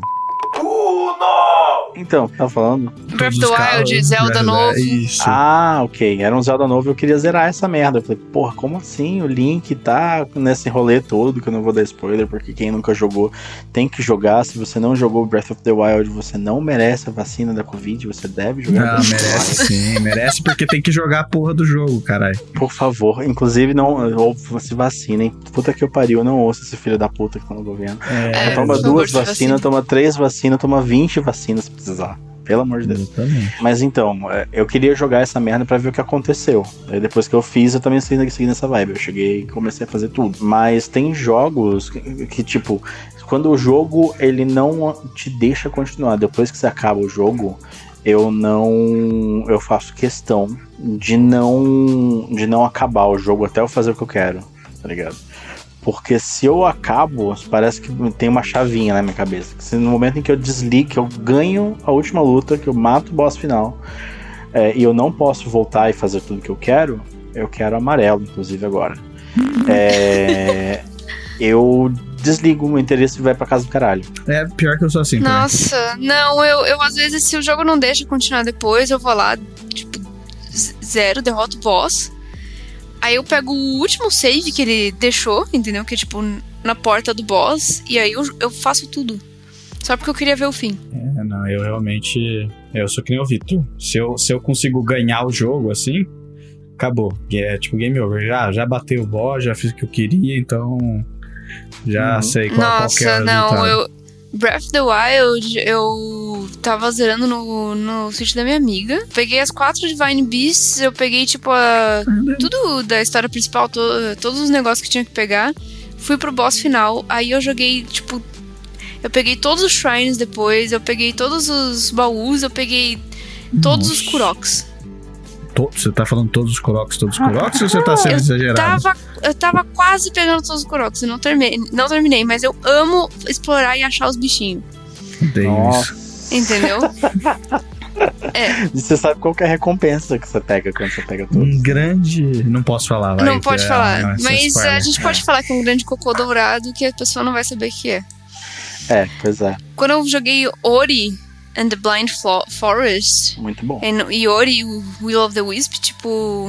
Então, tá falando? Breath of the Wild, Zelda novo. Isso. Ah, ok. Era um Zelda novo e eu queria zerar essa merda. Eu falei, porra, como assim? O Link tá nesse rolê todo, que eu não vou dar spoiler, porque quem nunca jogou tem que jogar. Se você não jogou Breath of the Wild, você não merece a vacina da Covid, você deve jogar. Não, merece sim. Merece porque tem que jogar a porra do jogo, caralho. Por favor. Inclusive, não se vacinem. Puta que eu pariu, eu não ouço esse filho da puta que tá no governo. Toma 2 vacinas, toma 3 vacinas, toma 20 vacinas se precisar. Pelo amor de Deus. Exatamente. Mas então, eu queria jogar essa merda pra ver o que aconteceu. Aí depois que eu fiz, eu também segui nessa vibe. Eu cheguei e comecei a fazer tudo. Mas tem jogos que tipo, quando o jogo ele não te deixa continuar, depois que você acaba o jogo, eu faço questão de não acabar o jogo até eu fazer o que eu quero, tá ligado? Porque se eu acabo, parece que tem uma chavinha na minha cabeça. Que no momento em que eu desligo, que eu ganho a última luta, que eu mato o boss final, e eu não posso voltar e fazer tudo que eu quero amarelo, inclusive agora. Eu desligo o meu interesse e vai pra casa do caralho. Pior que eu sou assim. Nossa, também. Não, eu às vezes, se o jogo não deixa continuar depois, eu vou lá, tipo, zero, derroto o boss. Aí eu pego o último save que ele deixou, entendeu? Que é tipo na porta do boss. E aí eu faço tudo. Só porque eu queria ver o fim. Não, eu realmente... Eu sou que nem o Vitor. Se eu consigo ganhar o jogo assim, acabou. É tipo game over. Já bateu o boss, já fiz o que eu queria, então... Já sei qual que é o resultado. Breath of the Wild, eu tava zerando no sítio da minha amiga. Peguei as 4 Divine Beasts, eu peguei, tipo, tudo da história principal, todos os negócios que tinha que pegar. Fui pro boss final, aí eu joguei, tipo... Eu peguei todos os shrines depois, eu peguei todos os baús, eu peguei todos os Kuroks. Você tá falando todos os Koroks ou você tá sendo exagerado? Eu tava quase pegando todos os Koroks. Eu não terminei, mas eu amo explorar e achar os bichinhos. Nossa. Entendeu? E você sabe qual que é a recompensa que você pega quando você pega todos? Um grande... Não posso falar, vai. Não pode falar. Mas spoiler. a gente pode falar que é um grande cocô dourado que a pessoa não vai saber o que é. Pois é. Quando eu joguei Ori and the Blind Forest... Muito bom. E Ori, o Will of the Wisp, tipo...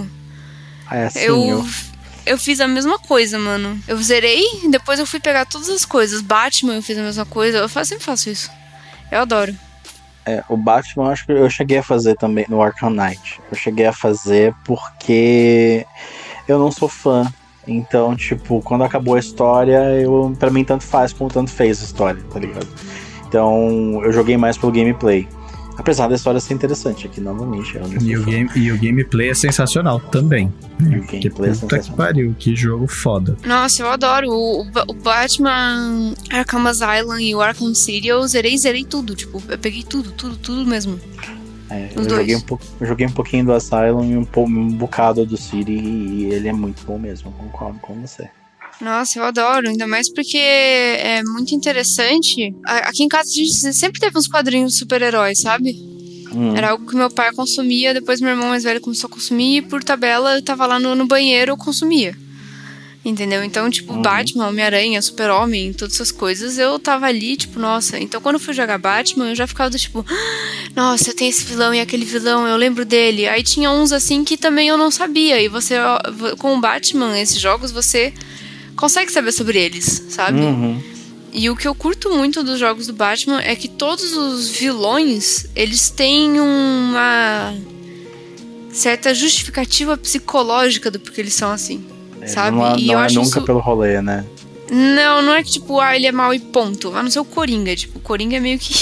Eu fiz a mesma coisa, mano. Eu zerei, depois eu fui pegar todas as coisas. Batman, eu fiz a mesma coisa. Eu sempre faço isso. Eu adoro. O Batman, acho que eu cheguei a fazer também no Arkham Knight. Eu cheguei a fazer porque eu não sou fã. Então, tipo, quando acabou a história, pra mim tanto faz como tanto fez a história, tá ligado? Então, eu joguei mais pelo gameplay. Apesar da história ser interessante aqui, novamente. E o gameplay é sensacional também. E o gameplay é sensacional. Que pariu, que jogo foda. Nossa, eu adoro. O Batman Arkham Asylum e o Arkham City, eu zerei tudo. Tipo, eu peguei tudo mesmo. Eu joguei um pouquinho do Asylum e um bocado do City, e ele é muito bom mesmo, concordo com você. Nossa, eu adoro, ainda mais porque é muito interessante. Aqui em casa a gente sempre teve uns quadrinhos de super-heróis, sabe? Era algo que meu pai consumia, depois meu irmão mais velho começou a consumir, e por tabela eu tava lá no banheiro, eu consumia. Entendeu? Então, tipo, Batman, Homem-Aranha, Super-Homem, todas essas coisas, eu tava ali, tipo, nossa. Então, quando eu fui jogar Batman, eu já ficava do tipo, nossa, tem esse vilão e aquele vilão, eu lembro dele. Aí tinha uns assim que também eu não sabia. E você, com o Batman, esses jogos, você consegue saber sobre eles, sabe? E o que eu curto muito dos jogos do Batman é que todos os vilões, eles têm uma certa justificativa psicológica do porquê eles são assim, sabe? Não e eu acho nunca isso... pelo rolê, né? Não é que tipo, ele é mau e ponto. A não ser o Coringa, tipo, o Coringa é meio que...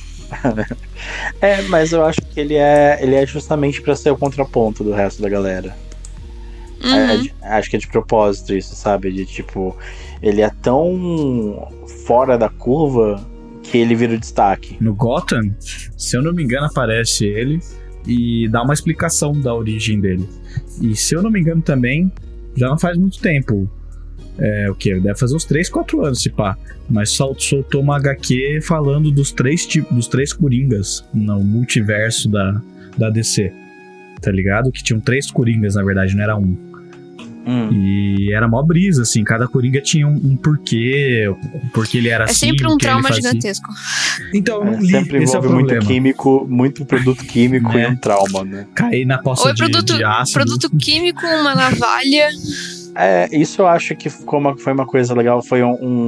Mas eu acho que ele é justamente pra ser o contraponto do resto da galera. Acho que é de propósito isso, sabe? De tipo, ele é tão fora da curva que ele vira o destaque. No Gotham, se eu não me engano, aparece ele e dá uma explicação da origem dele. E se eu não me engano também, já não faz muito tempo. O que? Deve fazer uns 3, 4 anos, se pá. Mas soltou uma HQ falando dos três Coringas no multiverso da DC. Tá ligado? Que tinham 3 Coringas, na verdade, não era um. E era mó brisa, assim. Cada Coringa tinha um porquê. Porque ele era assim. É sempre um trauma gigantesco. Então, eu não li. Sempre envolve muito químico, muito produto químico e um trauma, né? Cair na poça de ácido. Produto químico, uma navalha. Isso eu acho que foi uma coisa legal. Foi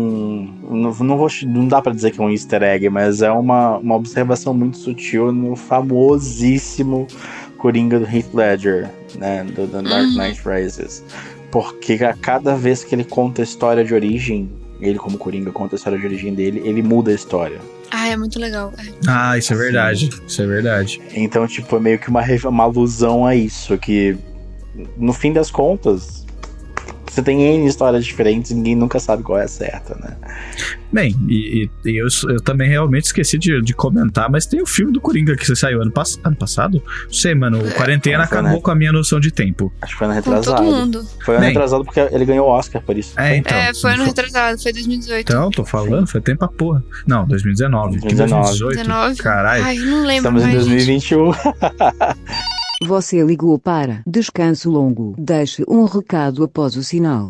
não dá pra dizer que é um easter egg, mas é uma observação muito sutil no famosíssimo Coringa do Heath Ledger, né, do Dark Knight Rises. Porque a cada vez que ele conta a história de origem, ele como Coringa conta a história de origem dele, ele muda a história. É muito legal. Isso é verdade. Isso é verdade. Então, tipo, é meio que uma alusão a isso, que no fim das contas você tem N histórias diferentes e ninguém nunca sabe qual é a certa, né? Bem, e eu também realmente esqueci de comentar, mas tem o filme do Coringa que saiu ano passado? Não sei, mano, o quarentena acabou com a minha noção de tempo. Acho que foi ano retrasado. Com todo mundo. Foi ano retrasado porque ele ganhou o Oscar por isso. Então. Foi ano retrasado, foi 2018. Então, tô falando, foi tempo a porra. Não, 2019. 2018. Caralho. Ai, não lembro. Estamos em 2021. Você ligou para Descanso Longo. Deixe um recado após o sinal.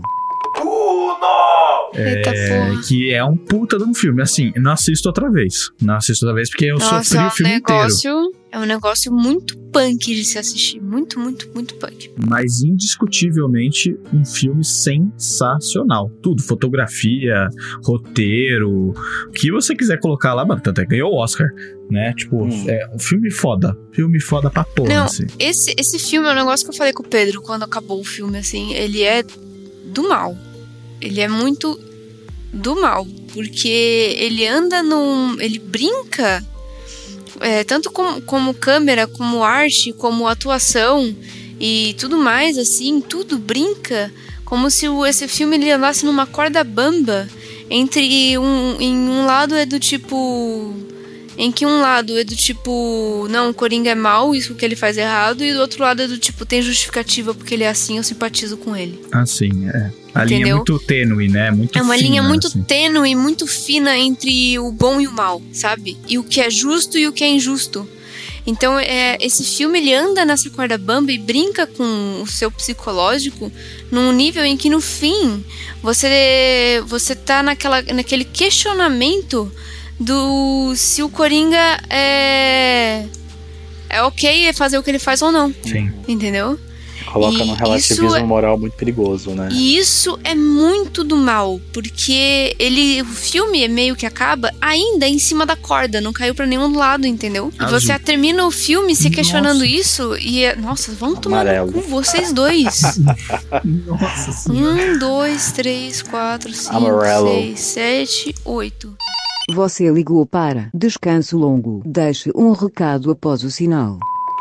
Eita porra. Que é um puta de um filme. Assim, não assisto outra vez. Porque eu sofri o filme inteiro. É um negócio muito punk de se assistir. Muito, muito, muito punk. Mas indiscutivelmente um filme sensacional. Tudo, fotografia, roteiro, o que você quiser colocar lá, mano, tanto é que ganhou o Oscar, né? Tipo, é um filme foda. Filme foda pra porra, não, assim. Esse filme é um negócio que eu falei com o Pedro quando acabou o filme, assim. Ele é do mal. Ele é muito do mal. Porque ele anda ele brinca... tanto como câmera, como arte, como atuação e tudo mais, assim, tudo brinca como se esse filme ele andasse numa corda bamba entre em um lado é do tipo em que um lado é do tipo, não, o Coringa é mau, isso que ele faz é errado, e do outro lado é do tipo, tem justificativa porque ele é assim, eu simpatizo com ele. Assim, é. A Entendeu? linha é muito tênue, né? Muito É uma fina, linha muito assim. tênue, muito fina entre o bom e o mal, sabe? E o que é justo e o que é injusto. Então, esse filme, ele anda nessa corda bamba e brinca com o seu psicológico num nível em que, no fim, você tá naquele questionamento do se o Coringa é ok fazer o que ele faz ou não. Sim. Entendeu? Coloca num relativismo moral muito perigoso, né? E isso é muito do mal, porque o filme meio que acaba ainda em cima da corda, não caiu pra nenhum lado, entendeu? E Azul. você termina o filme se questionando Nossa. isso e nossa, vão tomar Amarelo. no cu, vocês dois. Nossa senhora. 1, 2, 3, 4, 5, Amarelo. 6, 7, 8. Você ligou para descanso longo. Deixe um recado após o sinal.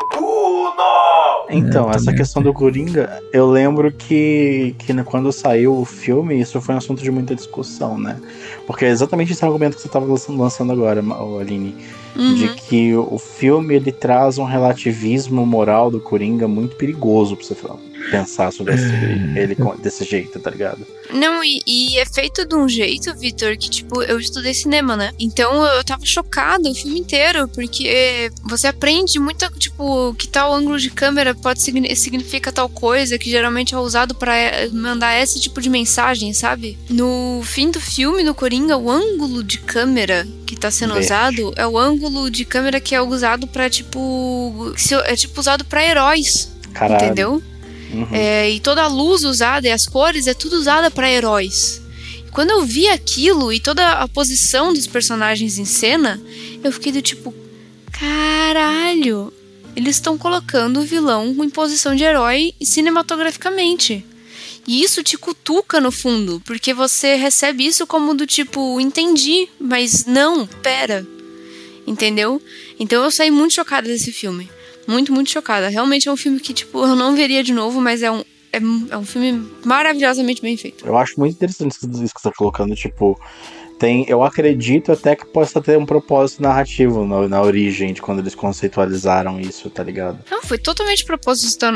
Então, essa também. questão do Coringa, eu lembro que quando saiu o filme, isso foi um assunto de muita discussão, né? Porque é exatamente esse argumento que você estava lançando agora, Aline, de que o filme ele traz um relativismo moral do Coringa muito perigoso pra você pensar sobre ele desse jeito, tá ligado? Não, e é feito de um jeito, Vitor, que, tipo, eu estudei cinema, né? Então eu tava chocada o filme inteiro, porque você aprende muito, tipo, que tal ângulo de câmera significa tal coisa, que geralmente é usado pra mandar esse tipo de mensagem, sabe? No fim do filme, no Coringa, o ângulo de câmera que tá sendo usado é o ângulo de câmera que é usado pra, tipo... É, tipo, usado pra heróis, Caralho. entendeu? Uhum. E toda a luz usada e as cores é tudo usada pra heróis. E quando eu vi aquilo e toda a posição dos personagens em cena, eu fiquei do tipo, caralho, eles estão colocando o vilão em posição de herói cinematograficamente. E isso te cutuca no fundo, porque você recebe isso como do tipo, entendi, mas não, pera. Entendeu? Então eu saí muito chocada desse filme. Muito, muito chocada. Realmente é um filme que, tipo, eu não veria de novo, mas é um filme maravilhosamente bem feito. Eu acho muito interessante isso que você tá colocando, tipo... Eu acredito até que possa ter um propósito narrativo na origem de quando eles conceitualizaram isso, tá ligado? Não, foi totalmente proposital.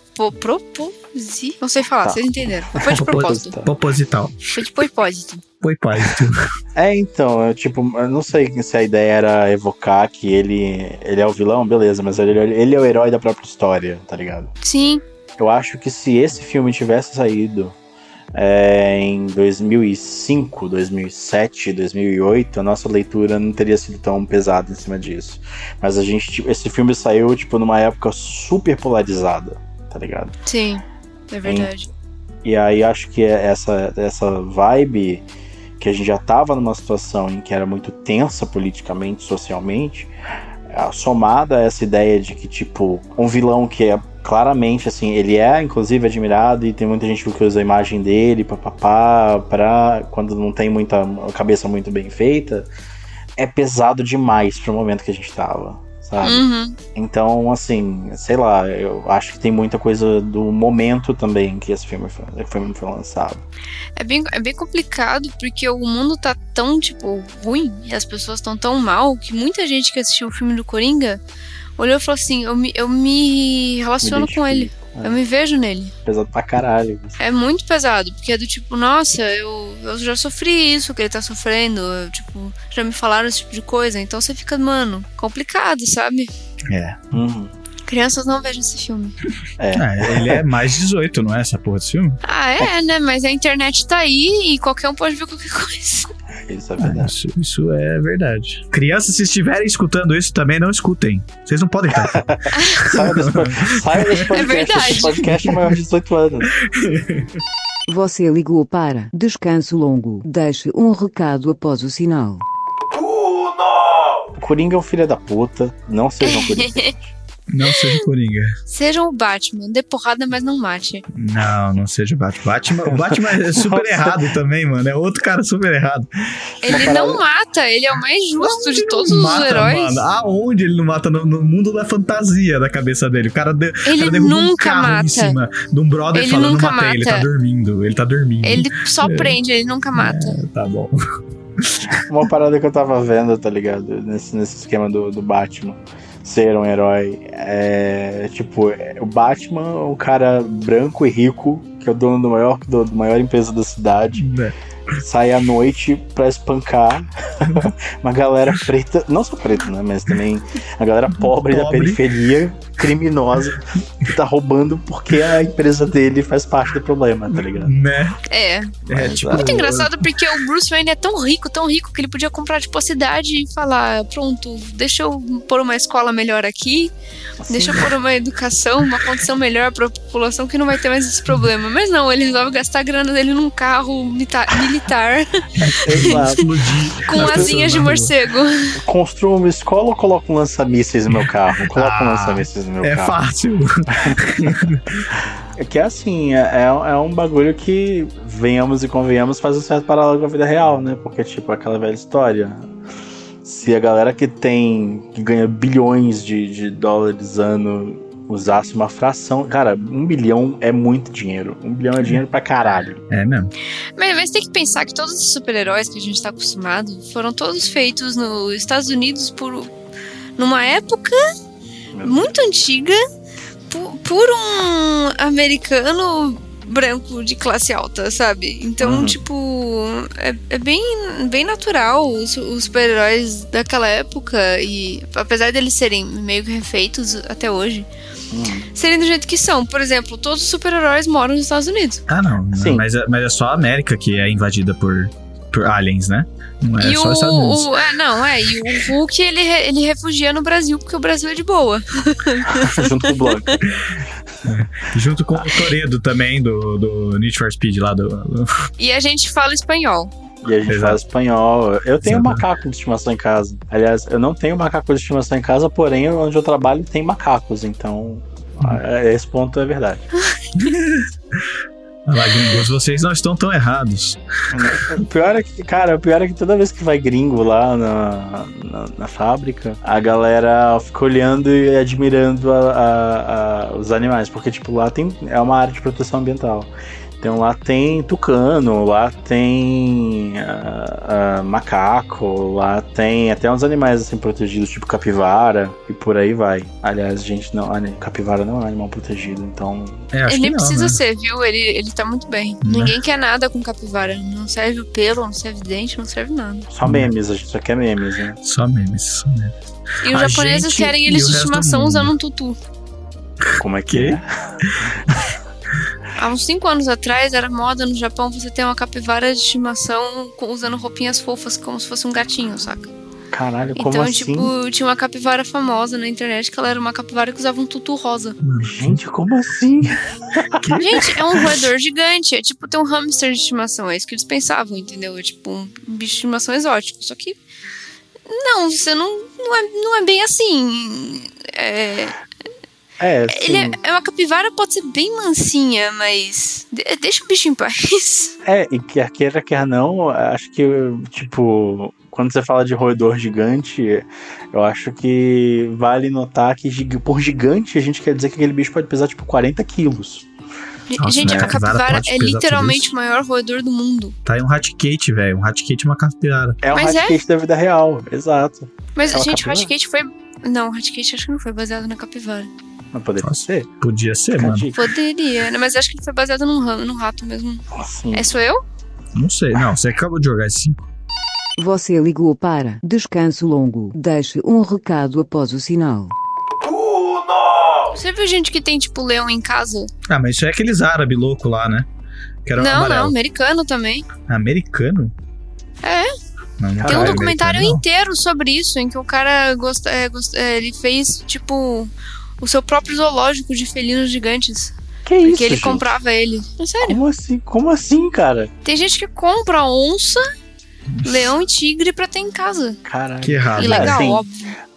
Não sei falar, vocês entenderam. Não foi de propósito. Proposital. Foi de propósito. Propósito. Então, eu não sei se a ideia era evocar que ele é o vilão, beleza, mas ele é o herói da própria história, tá ligado? Sim. Eu acho que se esse filme tivesse saído em 2005, 2007, 2008, a nossa leitura não teria sido tão pesada em cima disso. Mas esse filme saiu, tipo, numa época super polarizada, tá ligado? Sim, é verdade. E aí acho que essa vibe que a gente já tava numa situação em que era muito tensa politicamente, socialmente, somada a essa ideia de que, tipo, um vilão que é claramente, assim, ele é, inclusive, admirado e tem muita gente que usa a imagem dele pra quando não tem a cabeça muito bem feita, é pesado demais pro momento que a gente tava, sabe? Uhum. Então, assim, sei lá, eu acho que tem muita coisa do momento também que esse filme foi lançado. É bem complicado, porque o mundo tá tão, tipo, ruim e as pessoas estão tão mal que muita gente que assistiu o filme do Coringa olhou e falou assim, eu me relaciono com ele. Eu me vejo nele. Pesado pra caralho. É muito pesado, porque é do tipo, nossa, eu já sofri isso que ele tá sofrendo, tipo, já me falaram esse tipo de coisa, então você fica, mano, complicado, sabe? É. Uhum. Crianças não vejam esse filme. Ele é mais 18, não é essa porra desse filme? Né? Mas a internet tá aí e qualquer um pode ver qualquer coisa. Isso é verdade. Isso é verdade. Crianças, se estiverem escutando isso, também não escutem. Vocês não podem estar. Saia desse podcast. É verdade. Esse podcast é maior de 18 anos. Você ligou para descanso longo. Deixe um recado após o sinal. O Coringa é um filho da puta. Não sejam Coringa. Não seja o Coringa. Sejam o Batman. Dê porrada, mas não mate. Não seja o Batman. O Batman é super errado também, mano. É outro cara super errado. Ele não mata, ele é o mais justo de todos os heróis. Mano. Aonde ele não mata? No mundo da fantasia da cabeça dele. O cara, ele derruba um nunca carro mata. Em cima de um brother Ele falando, nunca matei. mata. Ele tá dormindo. Ele só prende, ele nunca mata. Tá bom. Uma parada que eu tava vendo, tá ligado? Nesse esquema do Batman ser um herói. Tipo, o Batman é um cara branco e rico, que é o dono do maior empresa da cidade. Sai à noite pra espancar uma galera preta, não só preta, né? Mas também a galera pobre da periferia, criminosa, que tá roubando porque a empresa dele faz parte do problema, tá ligado? Né? Tipo, muito engraçado porque o Bruce Wayne é tão rico que ele podia comprar, tipo, a cidade e falar, pronto, deixa eu pôr uma escola melhor aqui, deixa eu pôr uma educação, uma condição melhor pra população que não vai ter mais esse problema. Mas não, ele resolve gastar a grana dele num carro militar com asinhas de morcego. Construa uma escola ou coloca um lança-mísseis no meu carro? Coloca um lança-mísseis no meu carro. É fácil. É que assim, é um bagulho que, venhamos e convenhamos, faz um certo paralelo com a vida real, né? Porque, tipo, aquela velha história. Se a galera que ganha bilhões de dólares ano usasse uma fração... Cara, 1 bilhão é muito dinheiro. 1 bilhão é dinheiro pra caralho. É mesmo. Mas tem que pensar que todos os super-heróis que a gente tá acostumado foram todos feitos nos Estados Unidos numa época muito antiga por um americano branco de classe alta, sabe? Então, tipo, é bem natural os super-heróis daquela época, e apesar deles serem meio que refeitos até hoje, serem do jeito que são. Por exemplo, todos os super-heróis moram nos Estados Unidos. Não. Sim. Mas é só a América que é invadida por aliens, né? Não é só os Estados Unidos. E o Hulk, ele refugia no Brasil, porque o Brasil é de boa. Junto com o Blanco. Junto com o Toredo também, do Need for Speed lá do... E a gente fala espanhol. E a gente fala espanhol. Eu tenho um macaco de estimação em casa. Aliás, eu não tenho macaco de estimação em casa, porém, onde eu trabalho tem macacos. Então, esse ponto é verdade. Olha lá, gringos, vocês não estão tão errados. O pior é que toda vez que vai gringo lá na fábrica, a galera fica olhando e admirando os animais, porque, tipo, lá é uma área de proteção ambiental. Então lá tem tucano, lá tem macaco, lá tem até uns animais assim protegidos, tipo capivara, e por aí vai. Aliás, capivara não é um animal protegido, então... Ele nem precisa ser, viu? Ele tá muito bem. Ninguém quer nada com capivara. Não serve o pelo, não serve dente, não serve nada. Só memes, a gente só quer memes, né? Só memes. E os japoneses querem eles de estimação usando um tutu. Como é que é? Há uns 5 anos atrás, era moda no Japão você ter uma capivara de estimação usando roupinhas fofas, como se fosse um gatinho, saca? Caralho, como então, assim? Tipo, tinha uma capivara famosa na internet que ela era uma capivara que usava um tutu rosa. Gente, como assim? Gente, é um roedor gigante. É tipo ter um hamster de estimação. É isso que eles pensavam, entendeu? É tipo um bicho de estimação exótico. Só que... Não, você não é bem assim. Ele é uma capivara, pode ser bem mansinha, mas deixa o bicho em paz. E quer não, acho que, tipo, quando você fala de roedor gigante, eu acho que vale notar que por gigante a gente quer dizer que aquele bicho pode pesar, tipo, 40 quilos. Nossa, gente, a capivara é literalmente o maior roedor do mundo. Tá aí um Ratcate, velho. Um Ratcate é uma capivara. É um Ratcate da vida real, exato. Mas, gente, o Ratcate foi... Não, o Ratcate acho que não foi baseado na capivara. Mas poderia ser? Podia ser, mano. Poderia, né? Mas acho que ele foi baseado num rato mesmo. Assim. Sou eu? Não sei, não. Você acabou de jogar esse 5. Você ligou para descanso longo. Deixe um recado após o sinal. Você viu gente que tem, tipo, leão em casa? Mas isso é aqueles árabes loucos lá, né? Não, americano também. Americano? Tem um documentário inteiro sobre isso, em que o cara ele fez, tipo... o seu próprio zoológico de felinos gigantes. Que isso, porque ele gente? comprava ele. É sério. Como assim, cara? Tem gente que compra onça, leão e tigre pra ter em casa. Caralho. Que errado. Ilegal, Assim, óbvio.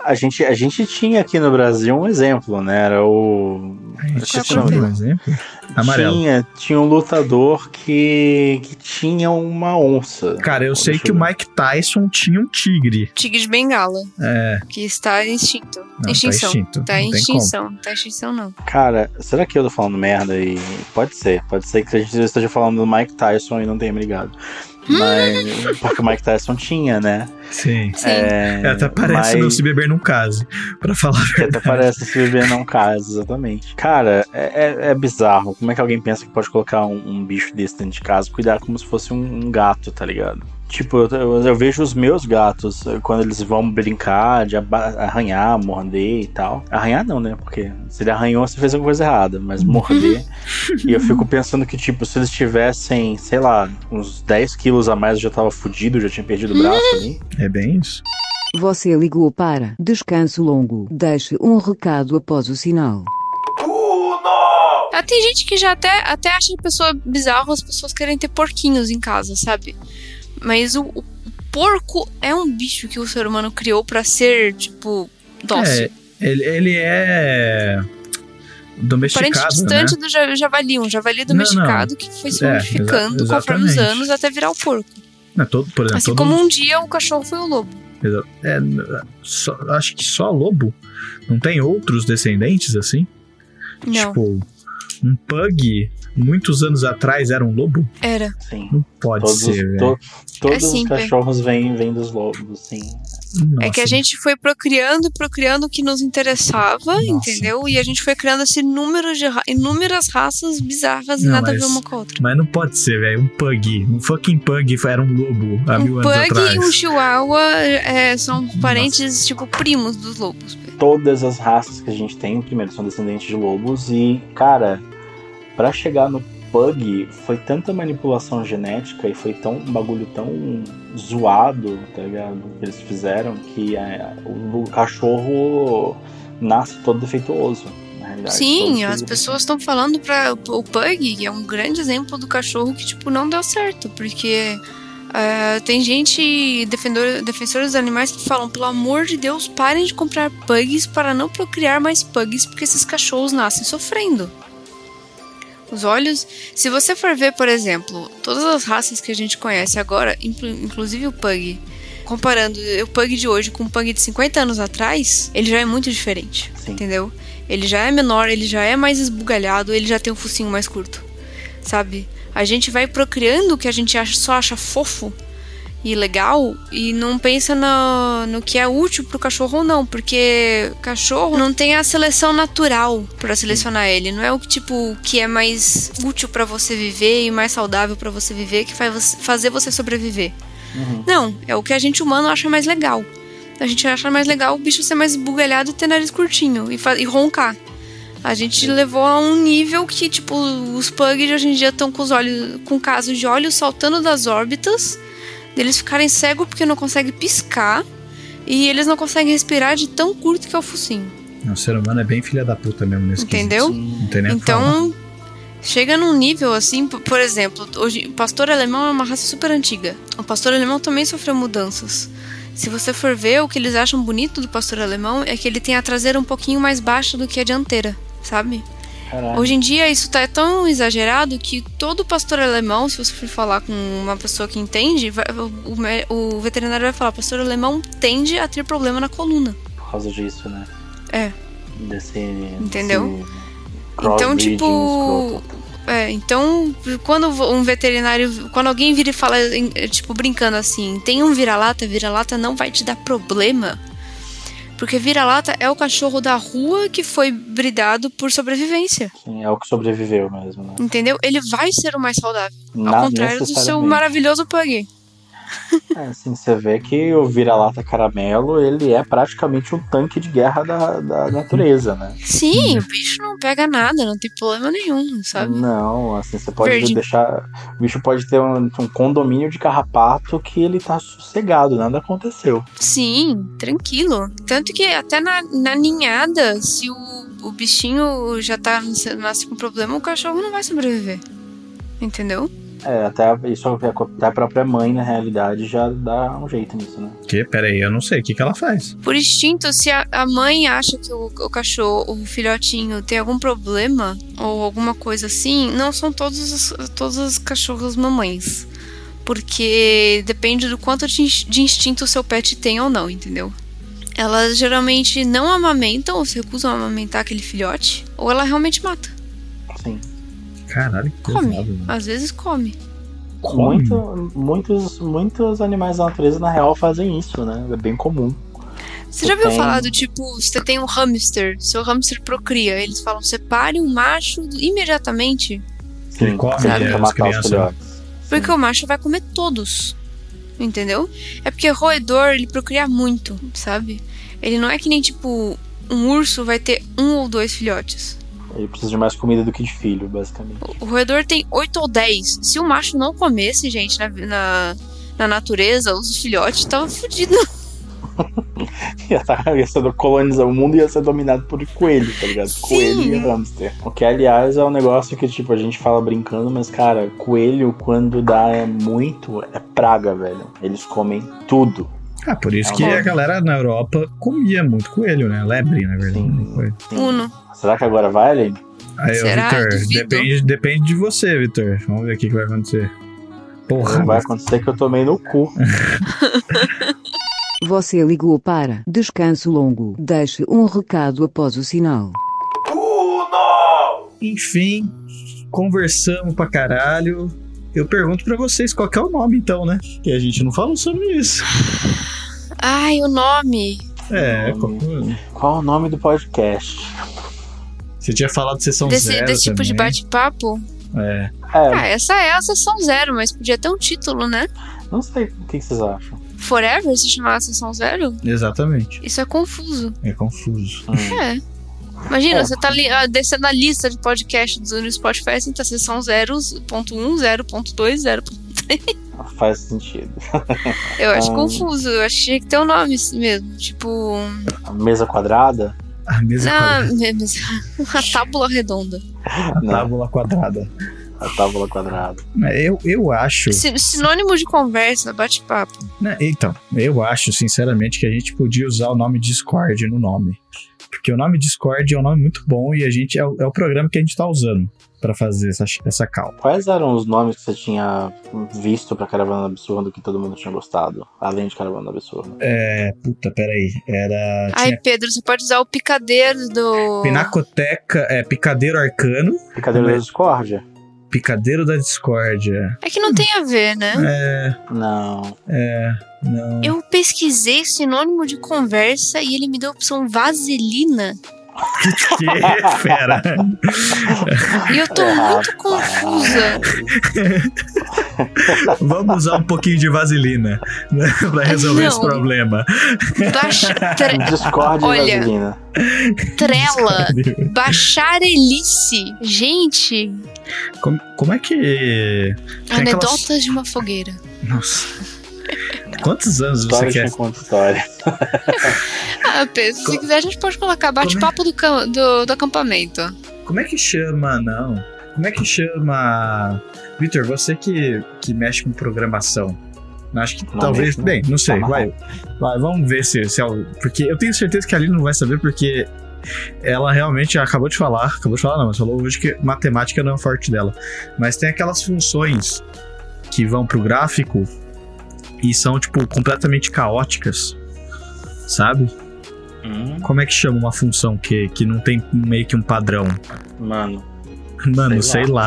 A gente tinha aqui no Brasil um exemplo, né? Era o... Um exemplo? Amarelo. Tinha um lutador que tinha uma onça. Cara, eu sei que o Mike Tyson tinha um tigre. Tigre de Bengala. É. Que está extinto. Não, Extinção. Tá em extinto. extinção. Tá em extinção, não. Cara, será que eu tô falando merda aí? Pode ser que a gente esteja falando do Mike Tyson e não tenha me ligado. Mas, porque o Mike Tyson tinha, né? Sim. Sim. Até parece não se beber num case, pra falar a verdade. Até parece se beber num caso, exatamente. Cara, é bizarro. Como é que alguém pensa que pode colocar um bicho desse dentro de casa? Cuidar como se fosse um gato, tá ligado? Tipo, eu vejo os meus gatos, quando eles vão brincar, de arranhar, morder e tal. Arranhar não, né? Porque se ele arranhou, você fez alguma coisa errada. Mas morder... E eu fico pensando que, tipo, se eles tivessem, sei lá, uns 10 quilos a mais, eu já tava fudido, já tinha perdido o braço ali. É bem isso. Você ligou para Descanso Longo. Deixe um recado após o sinal. Tem gente que já até acha a pessoa bizarra, as pessoas querem ter porquinhos em casa, sabe? Mas o porco é um bicho que o ser humano criou pra ser, tipo, dócil. Ele é domesticado, parente distante do javali, um javali domesticado que foi se modificando conforme os anos até virar o porco. Por exemplo, assim como um dia o cachorro foi o lobo. Acho que só lobo. Não tem outros descendentes assim? Não. Tipo, um pug, muitos anos atrás, era um lobo? Era. Sim. Não pode ser, velho. Todos os cachorros vêm dos lobos, sim. Nossa. É que a gente foi procriando o que nos interessava, entendeu? E a gente foi criando assim, inúmeras raças bizarras e nada a ver uma com a outra. Mas não pode ser, velho. Um pug, um fucking pug era um lobo há 1000 anos atrás. Um pug e um chihuahua são parentes, tipo, primos dos lobos. Todas as raças que a gente tem, primeiro, são descendentes de lobos. E, cara, pra chegar no pug, foi tanta manipulação genética e foi um bagulho tão zoado, tá ligado? Que eles fizeram, que o cachorro nasce todo defeituoso. Na realidade, sim, as pessoas estão falando para o pug, que é um grande exemplo do cachorro que, tipo, não deu certo, porque tem gente, defensores dos animais, que falam, pelo amor de Deus, parem de comprar pugs para não procriar mais pugs, porque esses cachorros nascem sofrendo. Os olhos, se você for ver, por exemplo, todas as raças que a gente conhece agora, inclusive o pug, comparando o pug de hoje com o pug de 50 anos atrás, ele já é muito diferente, entendeu? Ele já é menor, ele já é mais esbugalhado, ele já tem um focinho mais curto, sabe? A gente vai procriando o que a gente só acha fofo e legal e não pensa no que é útil pro cachorro ou não, porque cachorro não tem a seleção natural pra selecionar ele, não é o que é mais útil pra você viver e mais saudável pra você viver que vai fazer você sobreviver. Não, é o que a gente humano acha mais legal. A gente acha mais legal o bicho ser mais esbugalhado e ter nariz curtinho e roncar. A gente levou a um nível que, tipo, os pugs de hoje em dia estão com casos de olhos saltando das órbitas, deles ficarem cegos porque não conseguem piscar e eles não conseguem respirar de tão curto que é o focinho. O ser humano é bem filha da puta mesmo nesse entendeu? Não tem nem então, chega num nível assim, por exemplo, hoje o pastor alemão é uma raça super antiga. O pastor alemão também sofreu mudanças. Se você for ver, o que eles acham bonito do pastor alemão é que ele tem a traseira um pouquinho mais baixa do que a dianteira, sabe? Caralho. Hoje em dia isso tá tão exagerado que todo pastor alemão, se você for falar com uma pessoa que entende, o veterinário vai falar, pastor alemão tende a ter problema na coluna. Por causa disso, né? Entendeu? Então, tipo... então, quando um veterinário... Quando alguém vira e fala, tipo, brincando assim, tem um vira-lata não vai te dar problema. Porque vira-lata é o cachorro da rua que foi bridado por sobrevivência. Sim, é o que sobreviveu mesmo, né? Entendeu? Ele vai ser o mais saudável. Ao contrário do seu maravilhoso pug. Assim, você vê que o vira-lata caramelo, ele é praticamente um tanque de guerra da natureza, né? Sim, o bicho não pega nada, não tem problema nenhum, sabe? Não, assim, você pode deixar... O bicho pode ter um condomínio de carrapato que ele tá sossegado, nada aconteceu. Sim, tranquilo. Tanto que até na ninhada, se o bichinho já nasce com problema, o cachorro não vai sobreviver. Entendeu? Até a própria mãe, na realidade, já dá um jeito nisso, né? Peraí, eu não sei o que ela faz. Por instinto, se a mãe acha que o cachorro, o filhotinho, tem algum problema ou alguma coisa assim, não são todas as cachorras mamães. Porque depende do quanto de instinto o seu pet tem ou não, entendeu? Elas geralmente não amamentam ou se recusam a amamentar aquele filhote, ou ela realmente mata. Sim. Caralho, que come. pesado, mano. Às vezes come. Muitos animais da natureza, na real, fazem isso, né? É bem comum. Você já viu falar do tipo, você tem um hamster, seu hamster procria, eles falam, separe um macho imediatamente. Sim, ele come as crianças. Porque o macho vai comer todos. Entendeu? É porque roedor, ele procria muito, sabe? Ele não é que nem, tipo, um urso vai ter 1 ou 2 filhotes. Ele precisa de mais comida do que de filho, basicamente. O roedor tem 8 ou 10. Se o macho não comesse, gente, na natureza, os filhotes estavam fodidos. O mundo ia ser dominado por coelho, tá ligado? Sim. Coelho e hamster. O que, aliás, é um negócio que, tipo, a gente fala brincando, mas, cara, coelho, quando dá muito, é praga, velho. Eles comem tudo. Por isso que a galera na Europa comia muito coelho, né? Lebre, na verdade. Sim. Uno. Será que agora vai, Aline? Aí, Vitor, depende de você, Vitor. Vamos ver o que vai acontecer. Porra. Não vai acontecer que eu tomei no cu. Você ligou para Descanso Longo. Deixe um recado após o sinal. Enfim, conversamos pra caralho. Eu pergunto pra vocês qual que é o nome, então, né? Que a gente não falou sobre isso. Ai, o nome. Qual o nome do podcast? Você tinha falado de sessão zero desse tipo também. de bate-papo? Essa é a sessão 0, mas podia ter um título, né? Não sei o que vocês acham. Forever se chamar sessão 0? Exatamente. Isso é confuso. É confuso. Imagina, você tá descendo a lista de podcasts no Spotify, assim, tá sessão 0.1, 0.2, 0.3. Faz sentido. Eu acho confuso, eu acho que tinha que ter um nome mesmo, tipo... A mesa quadrada? A mesa quadrada. A tábula redonda. A tábula quadrada. A tábula quadrada. Eu acho... Sinônimo de conversa, bate-papo. Então, eu acho, sinceramente, que a gente podia usar o nome Discord no nome. Porque o nome Discord é um nome muito bom e a gente é o programa que a gente tá usando pra fazer essa call. Quais eram os nomes que você tinha visto pra Caravana Absurda que todo mundo tinha gostado? Além de Caravana Absurda. Peraí. Ai, Pedro, você pode usar o picadeiro do... Pinacoteca, Picadeiro Arcano. Picadeiro da Discórdia? Picadeiro da Discórdia. É que não tem a ver, né? Não. Não. Eu pesquisei sinônimo de conversa e ele me deu a opção vaselina. Que fera. E eu tô muito confusa. Vamos usar um pouquinho de vaselina, né, pra resolver esse problema. Discord e vaselina. Trela. Bacharelice. Gente. Como é que... Anedotas de uma fogueira. Nossa. Quantos anos você quer? História. Pedro, se quiser a gente pode colocar bate-papo do acampamento. Como é que chama, Como é que chama... Vitor, você que mexe com programação. Acho que talvez... Bem, não sei. Vai, vamos ver se porque eu tenho certeza que a Aline não vai saber, porque ela realmente acabou de falar não, mas falou hoje que matemática não é o forte dela. Mas tem aquelas funções que vão pro gráfico e são, tipo, completamente caóticas, sabe? Como é que chama uma função que não tem meio que um padrão? Mano, sei lá.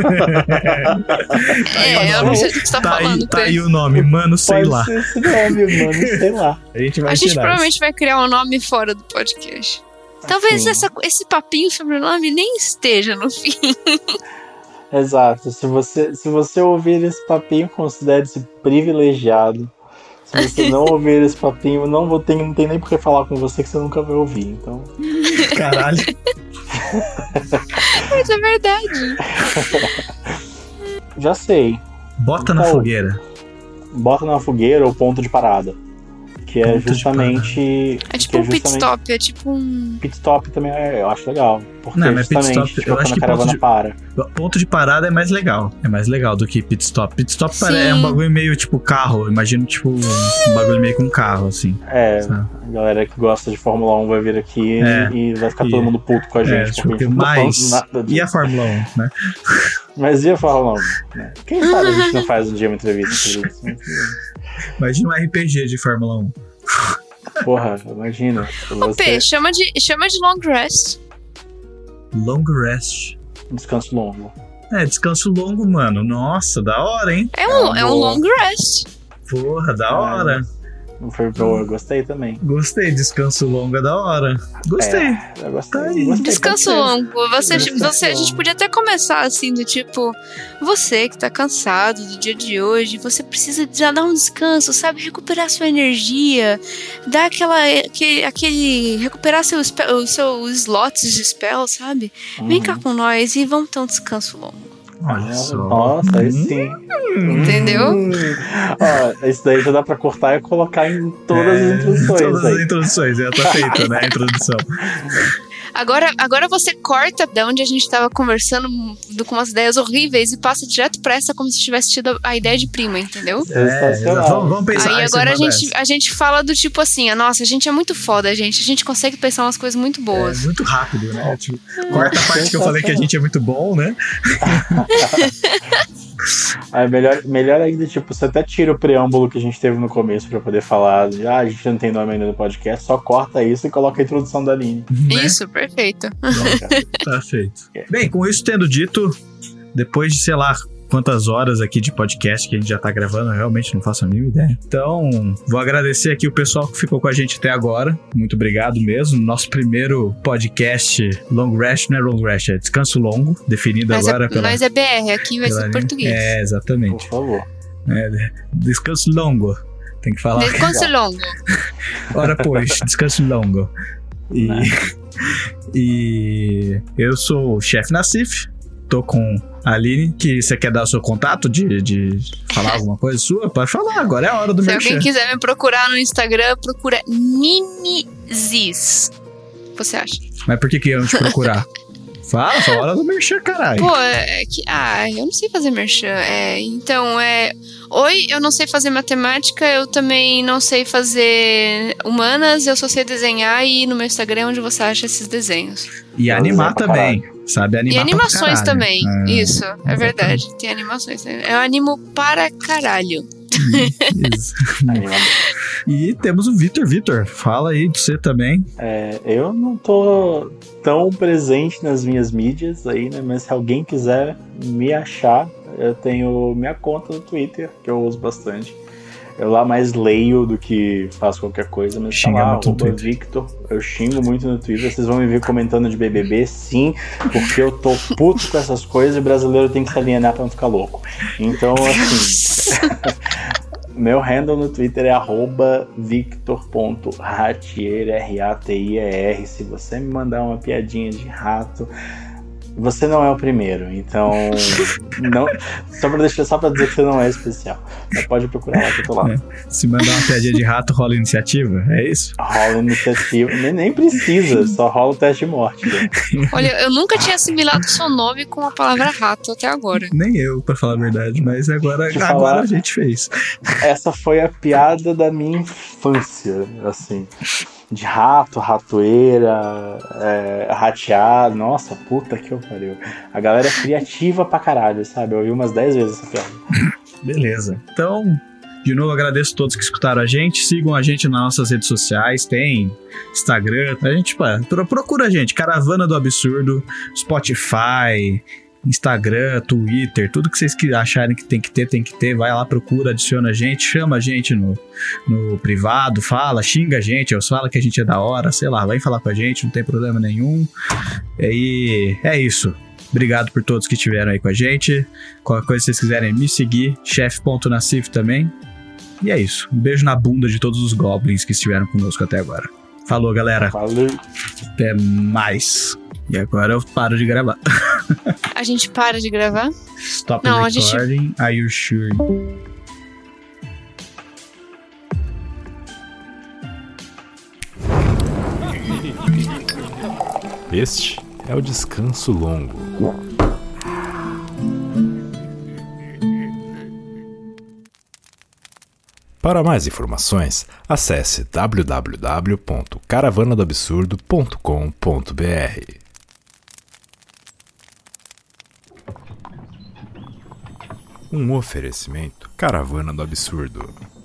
Eu não sei do que você tá falando. Tá aí o nome, mano, sei lá. Pode ser esse nome, mano, sei lá. A gente provavelmente vai criar um nome fora do podcast. Talvez esse papinho sobre o nome nem esteja no fim. Exato. Se você ouvir esse papinho, considere-se privilegiado. Se você não ouvir esse papinho, não tem nem por que falar com você, que você nunca vai ouvir. Então... Caralho. Mas é verdade. Já sei. Bota na fogueira. Bota na fogueira ou ponto de parada. Que é justamente... É tipo um pit stop, é tipo um... Pit stop também eu acho legal. Porque não, mas justamente, pit stop, eu acho que ponto de parada é mais legal. É mais legal do que pit stop. Pit stop é um bagulho meio tipo carro. Imagino tipo um bagulho meio com carro, assim. Sabe? A galera que gosta de Fórmula 1 vai vir aqui e vai ficar todo mundo puto com a gente. Porque mas... E a Fórmula 1, né? Mas e a Fórmula 1? Né? Quem sabe a gente não faz um dia uma entrevista sobre isso? Imagina um RPG de Fórmula 1. Porra, imagina. Ô, P, chama de long rest. Long rest. Descanso longo. Descanso longo, mano. Nossa, da hora, hein? É um long rest. Porra, da hora. Foi boa, gostei também. Gostei, descanso longo é da hora. Gostei. Eu gostei. Tá aí. Gostei, descanso longo. A gente podia até começar assim, do tipo, você que tá cansado do dia de hoje, você precisa já dar um descanso, sabe? Recuperar sua energia, dar recuperar os seus slots de spell, sabe? Vem cá com nós e vamos ter um descanso longo. Olha só. Nossa, aí sim. Entendeu? Ó, isso daí já dá pra cortar e colocar em todas as introduções. Todas as introduções, já tá feita, né? A introdução. Agora você corta de onde a gente tava conversando com umas ideias horríveis e passa direto pra essa como se tivesse tido a ideia de prima, entendeu? Vamos pensar. Aí agora a gente fala do tipo assim, nossa, a gente é muito foda, a gente consegue pensar umas coisas muito boas. Muito rápido, né? Tipo, corta a parte que eu falei que a gente é muito bom, né? Aí melhor ainda, tipo, você até tira o preâmbulo que a gente teve no começo pra poder falar de, a gente não tem nome ainda no podcast, só corta isso e coloca a introdução da Aline. Isso, perfeito. Tá feito. Bem, com isso tendo dito, depois de, sei lá, quantas horas aqui de podcast que a gente já tá gravando, eu realmente não faço a mínima ideia. Então, vou agradecer aqui o pessoal que ficou com a gente até agora. Muito obrigado mesmo. Nosso primeiro podcast Long Rest, não é Long Rest, é Descanso Longo, definido agora pela... Nós é BR, aqui vai ser português. Exatamente. Por favor. Descanso Longo. Tem que falar. Descanso Longo. Ora, pois, Descanso Longo. E eu sou o Chefe Nassif. Tô com a Aline, que você quer dar o seu contato de falar alguma coisa sua? Pode falar, agora é a hora do merchan. Se alguém quiser me procurar no Instagram, procura Ninizis. Você acha? Mas por que iam te procurar? Fala a hora do merchan, caralho. Pô, eu não sei fazer merchan. Oi, eu não sei fazer matemática, eu também não sei fazer humanas, eu só sei desenhar e no meu Instagram é onde você acha esses desenhos. E animar também. Sabe animar. E animações também. Isso, é exatamente. Verdade. Tem animações. Eu animo para caralho. Isso. E temos o Vitor. Vitor, fala aí de você também. Eu não tô tão presente nas minhas mídias aí, né? Mas se alguém quiser me achar, eu tenho minha conta no Twitter, que eu uso bastante. Eu lá mais leio do que faço qualquer coisa, mas xinga tá lá, muito no Twitter. Victor, eu xingo muito no Twitter. Vocês vão me ver comentando de BBB, sim, porque eu tô puto com essas coisas e o brasileiro tem que se alienar pra não ficar louco. Então, assim, meu handle no Twitter é @victor.ratier, R-A-T-I-E-R. Se você me mandar uma piadinha de rato, você não é o primeiro, então não, só pra dizer que você não é especial. Mas pode procurar lá que eu tô lá. Se mandar uma piadinha de rato, rola iniciativa, é isso? Rola iniciativa, nem precisa, só rola o teste de morte. Né? Olha, eu nunca tinha assimilado seu nome com a palavra rato até agora. Nem eu, pra falar a verdade, mas agora a gente fez. Essa foi a piada da minha infância, assim. De rato, ratoeira, rateado. Nossa, puta que eu pariu. A galera é criativa pra caralho, sabe? Eu ouvi umas 10 vezes essa piada. Beleza. Então, de novo, agradeço a todos que escutaram a gente. Sigam a gente nas nossas redes sociais. Tem Instagram. A gente, procura a gente. Caravana do Absurdo, Spotify, Instagram, Twitter, tudo que vocês acharem que tem que ter, vai lá, procura, adiciona a gente, chama a gente no privado, fala, xinga a gente, ou fala que a gente é da hora, sei lá, vem falar com a gente, não tem problema nenhum. E é isso. Obrigado por todos que estiveram aí com a gente. Qualquer coisa que vocês quiserem me seguir, chef.nassif também. E é isso. Um beijo na bunda de todos os goblins que estiveram conosco até agora. Falou, galera. Valeu. Até mais. E agora eu paro de gravar. A gente para de gravar? Stop recording. Are you sure? Este é o Descanso Longo. Para mais informações, acesse www.caravanadoabsurdo.com.br. Um oferecimento Caravana do Absurdo.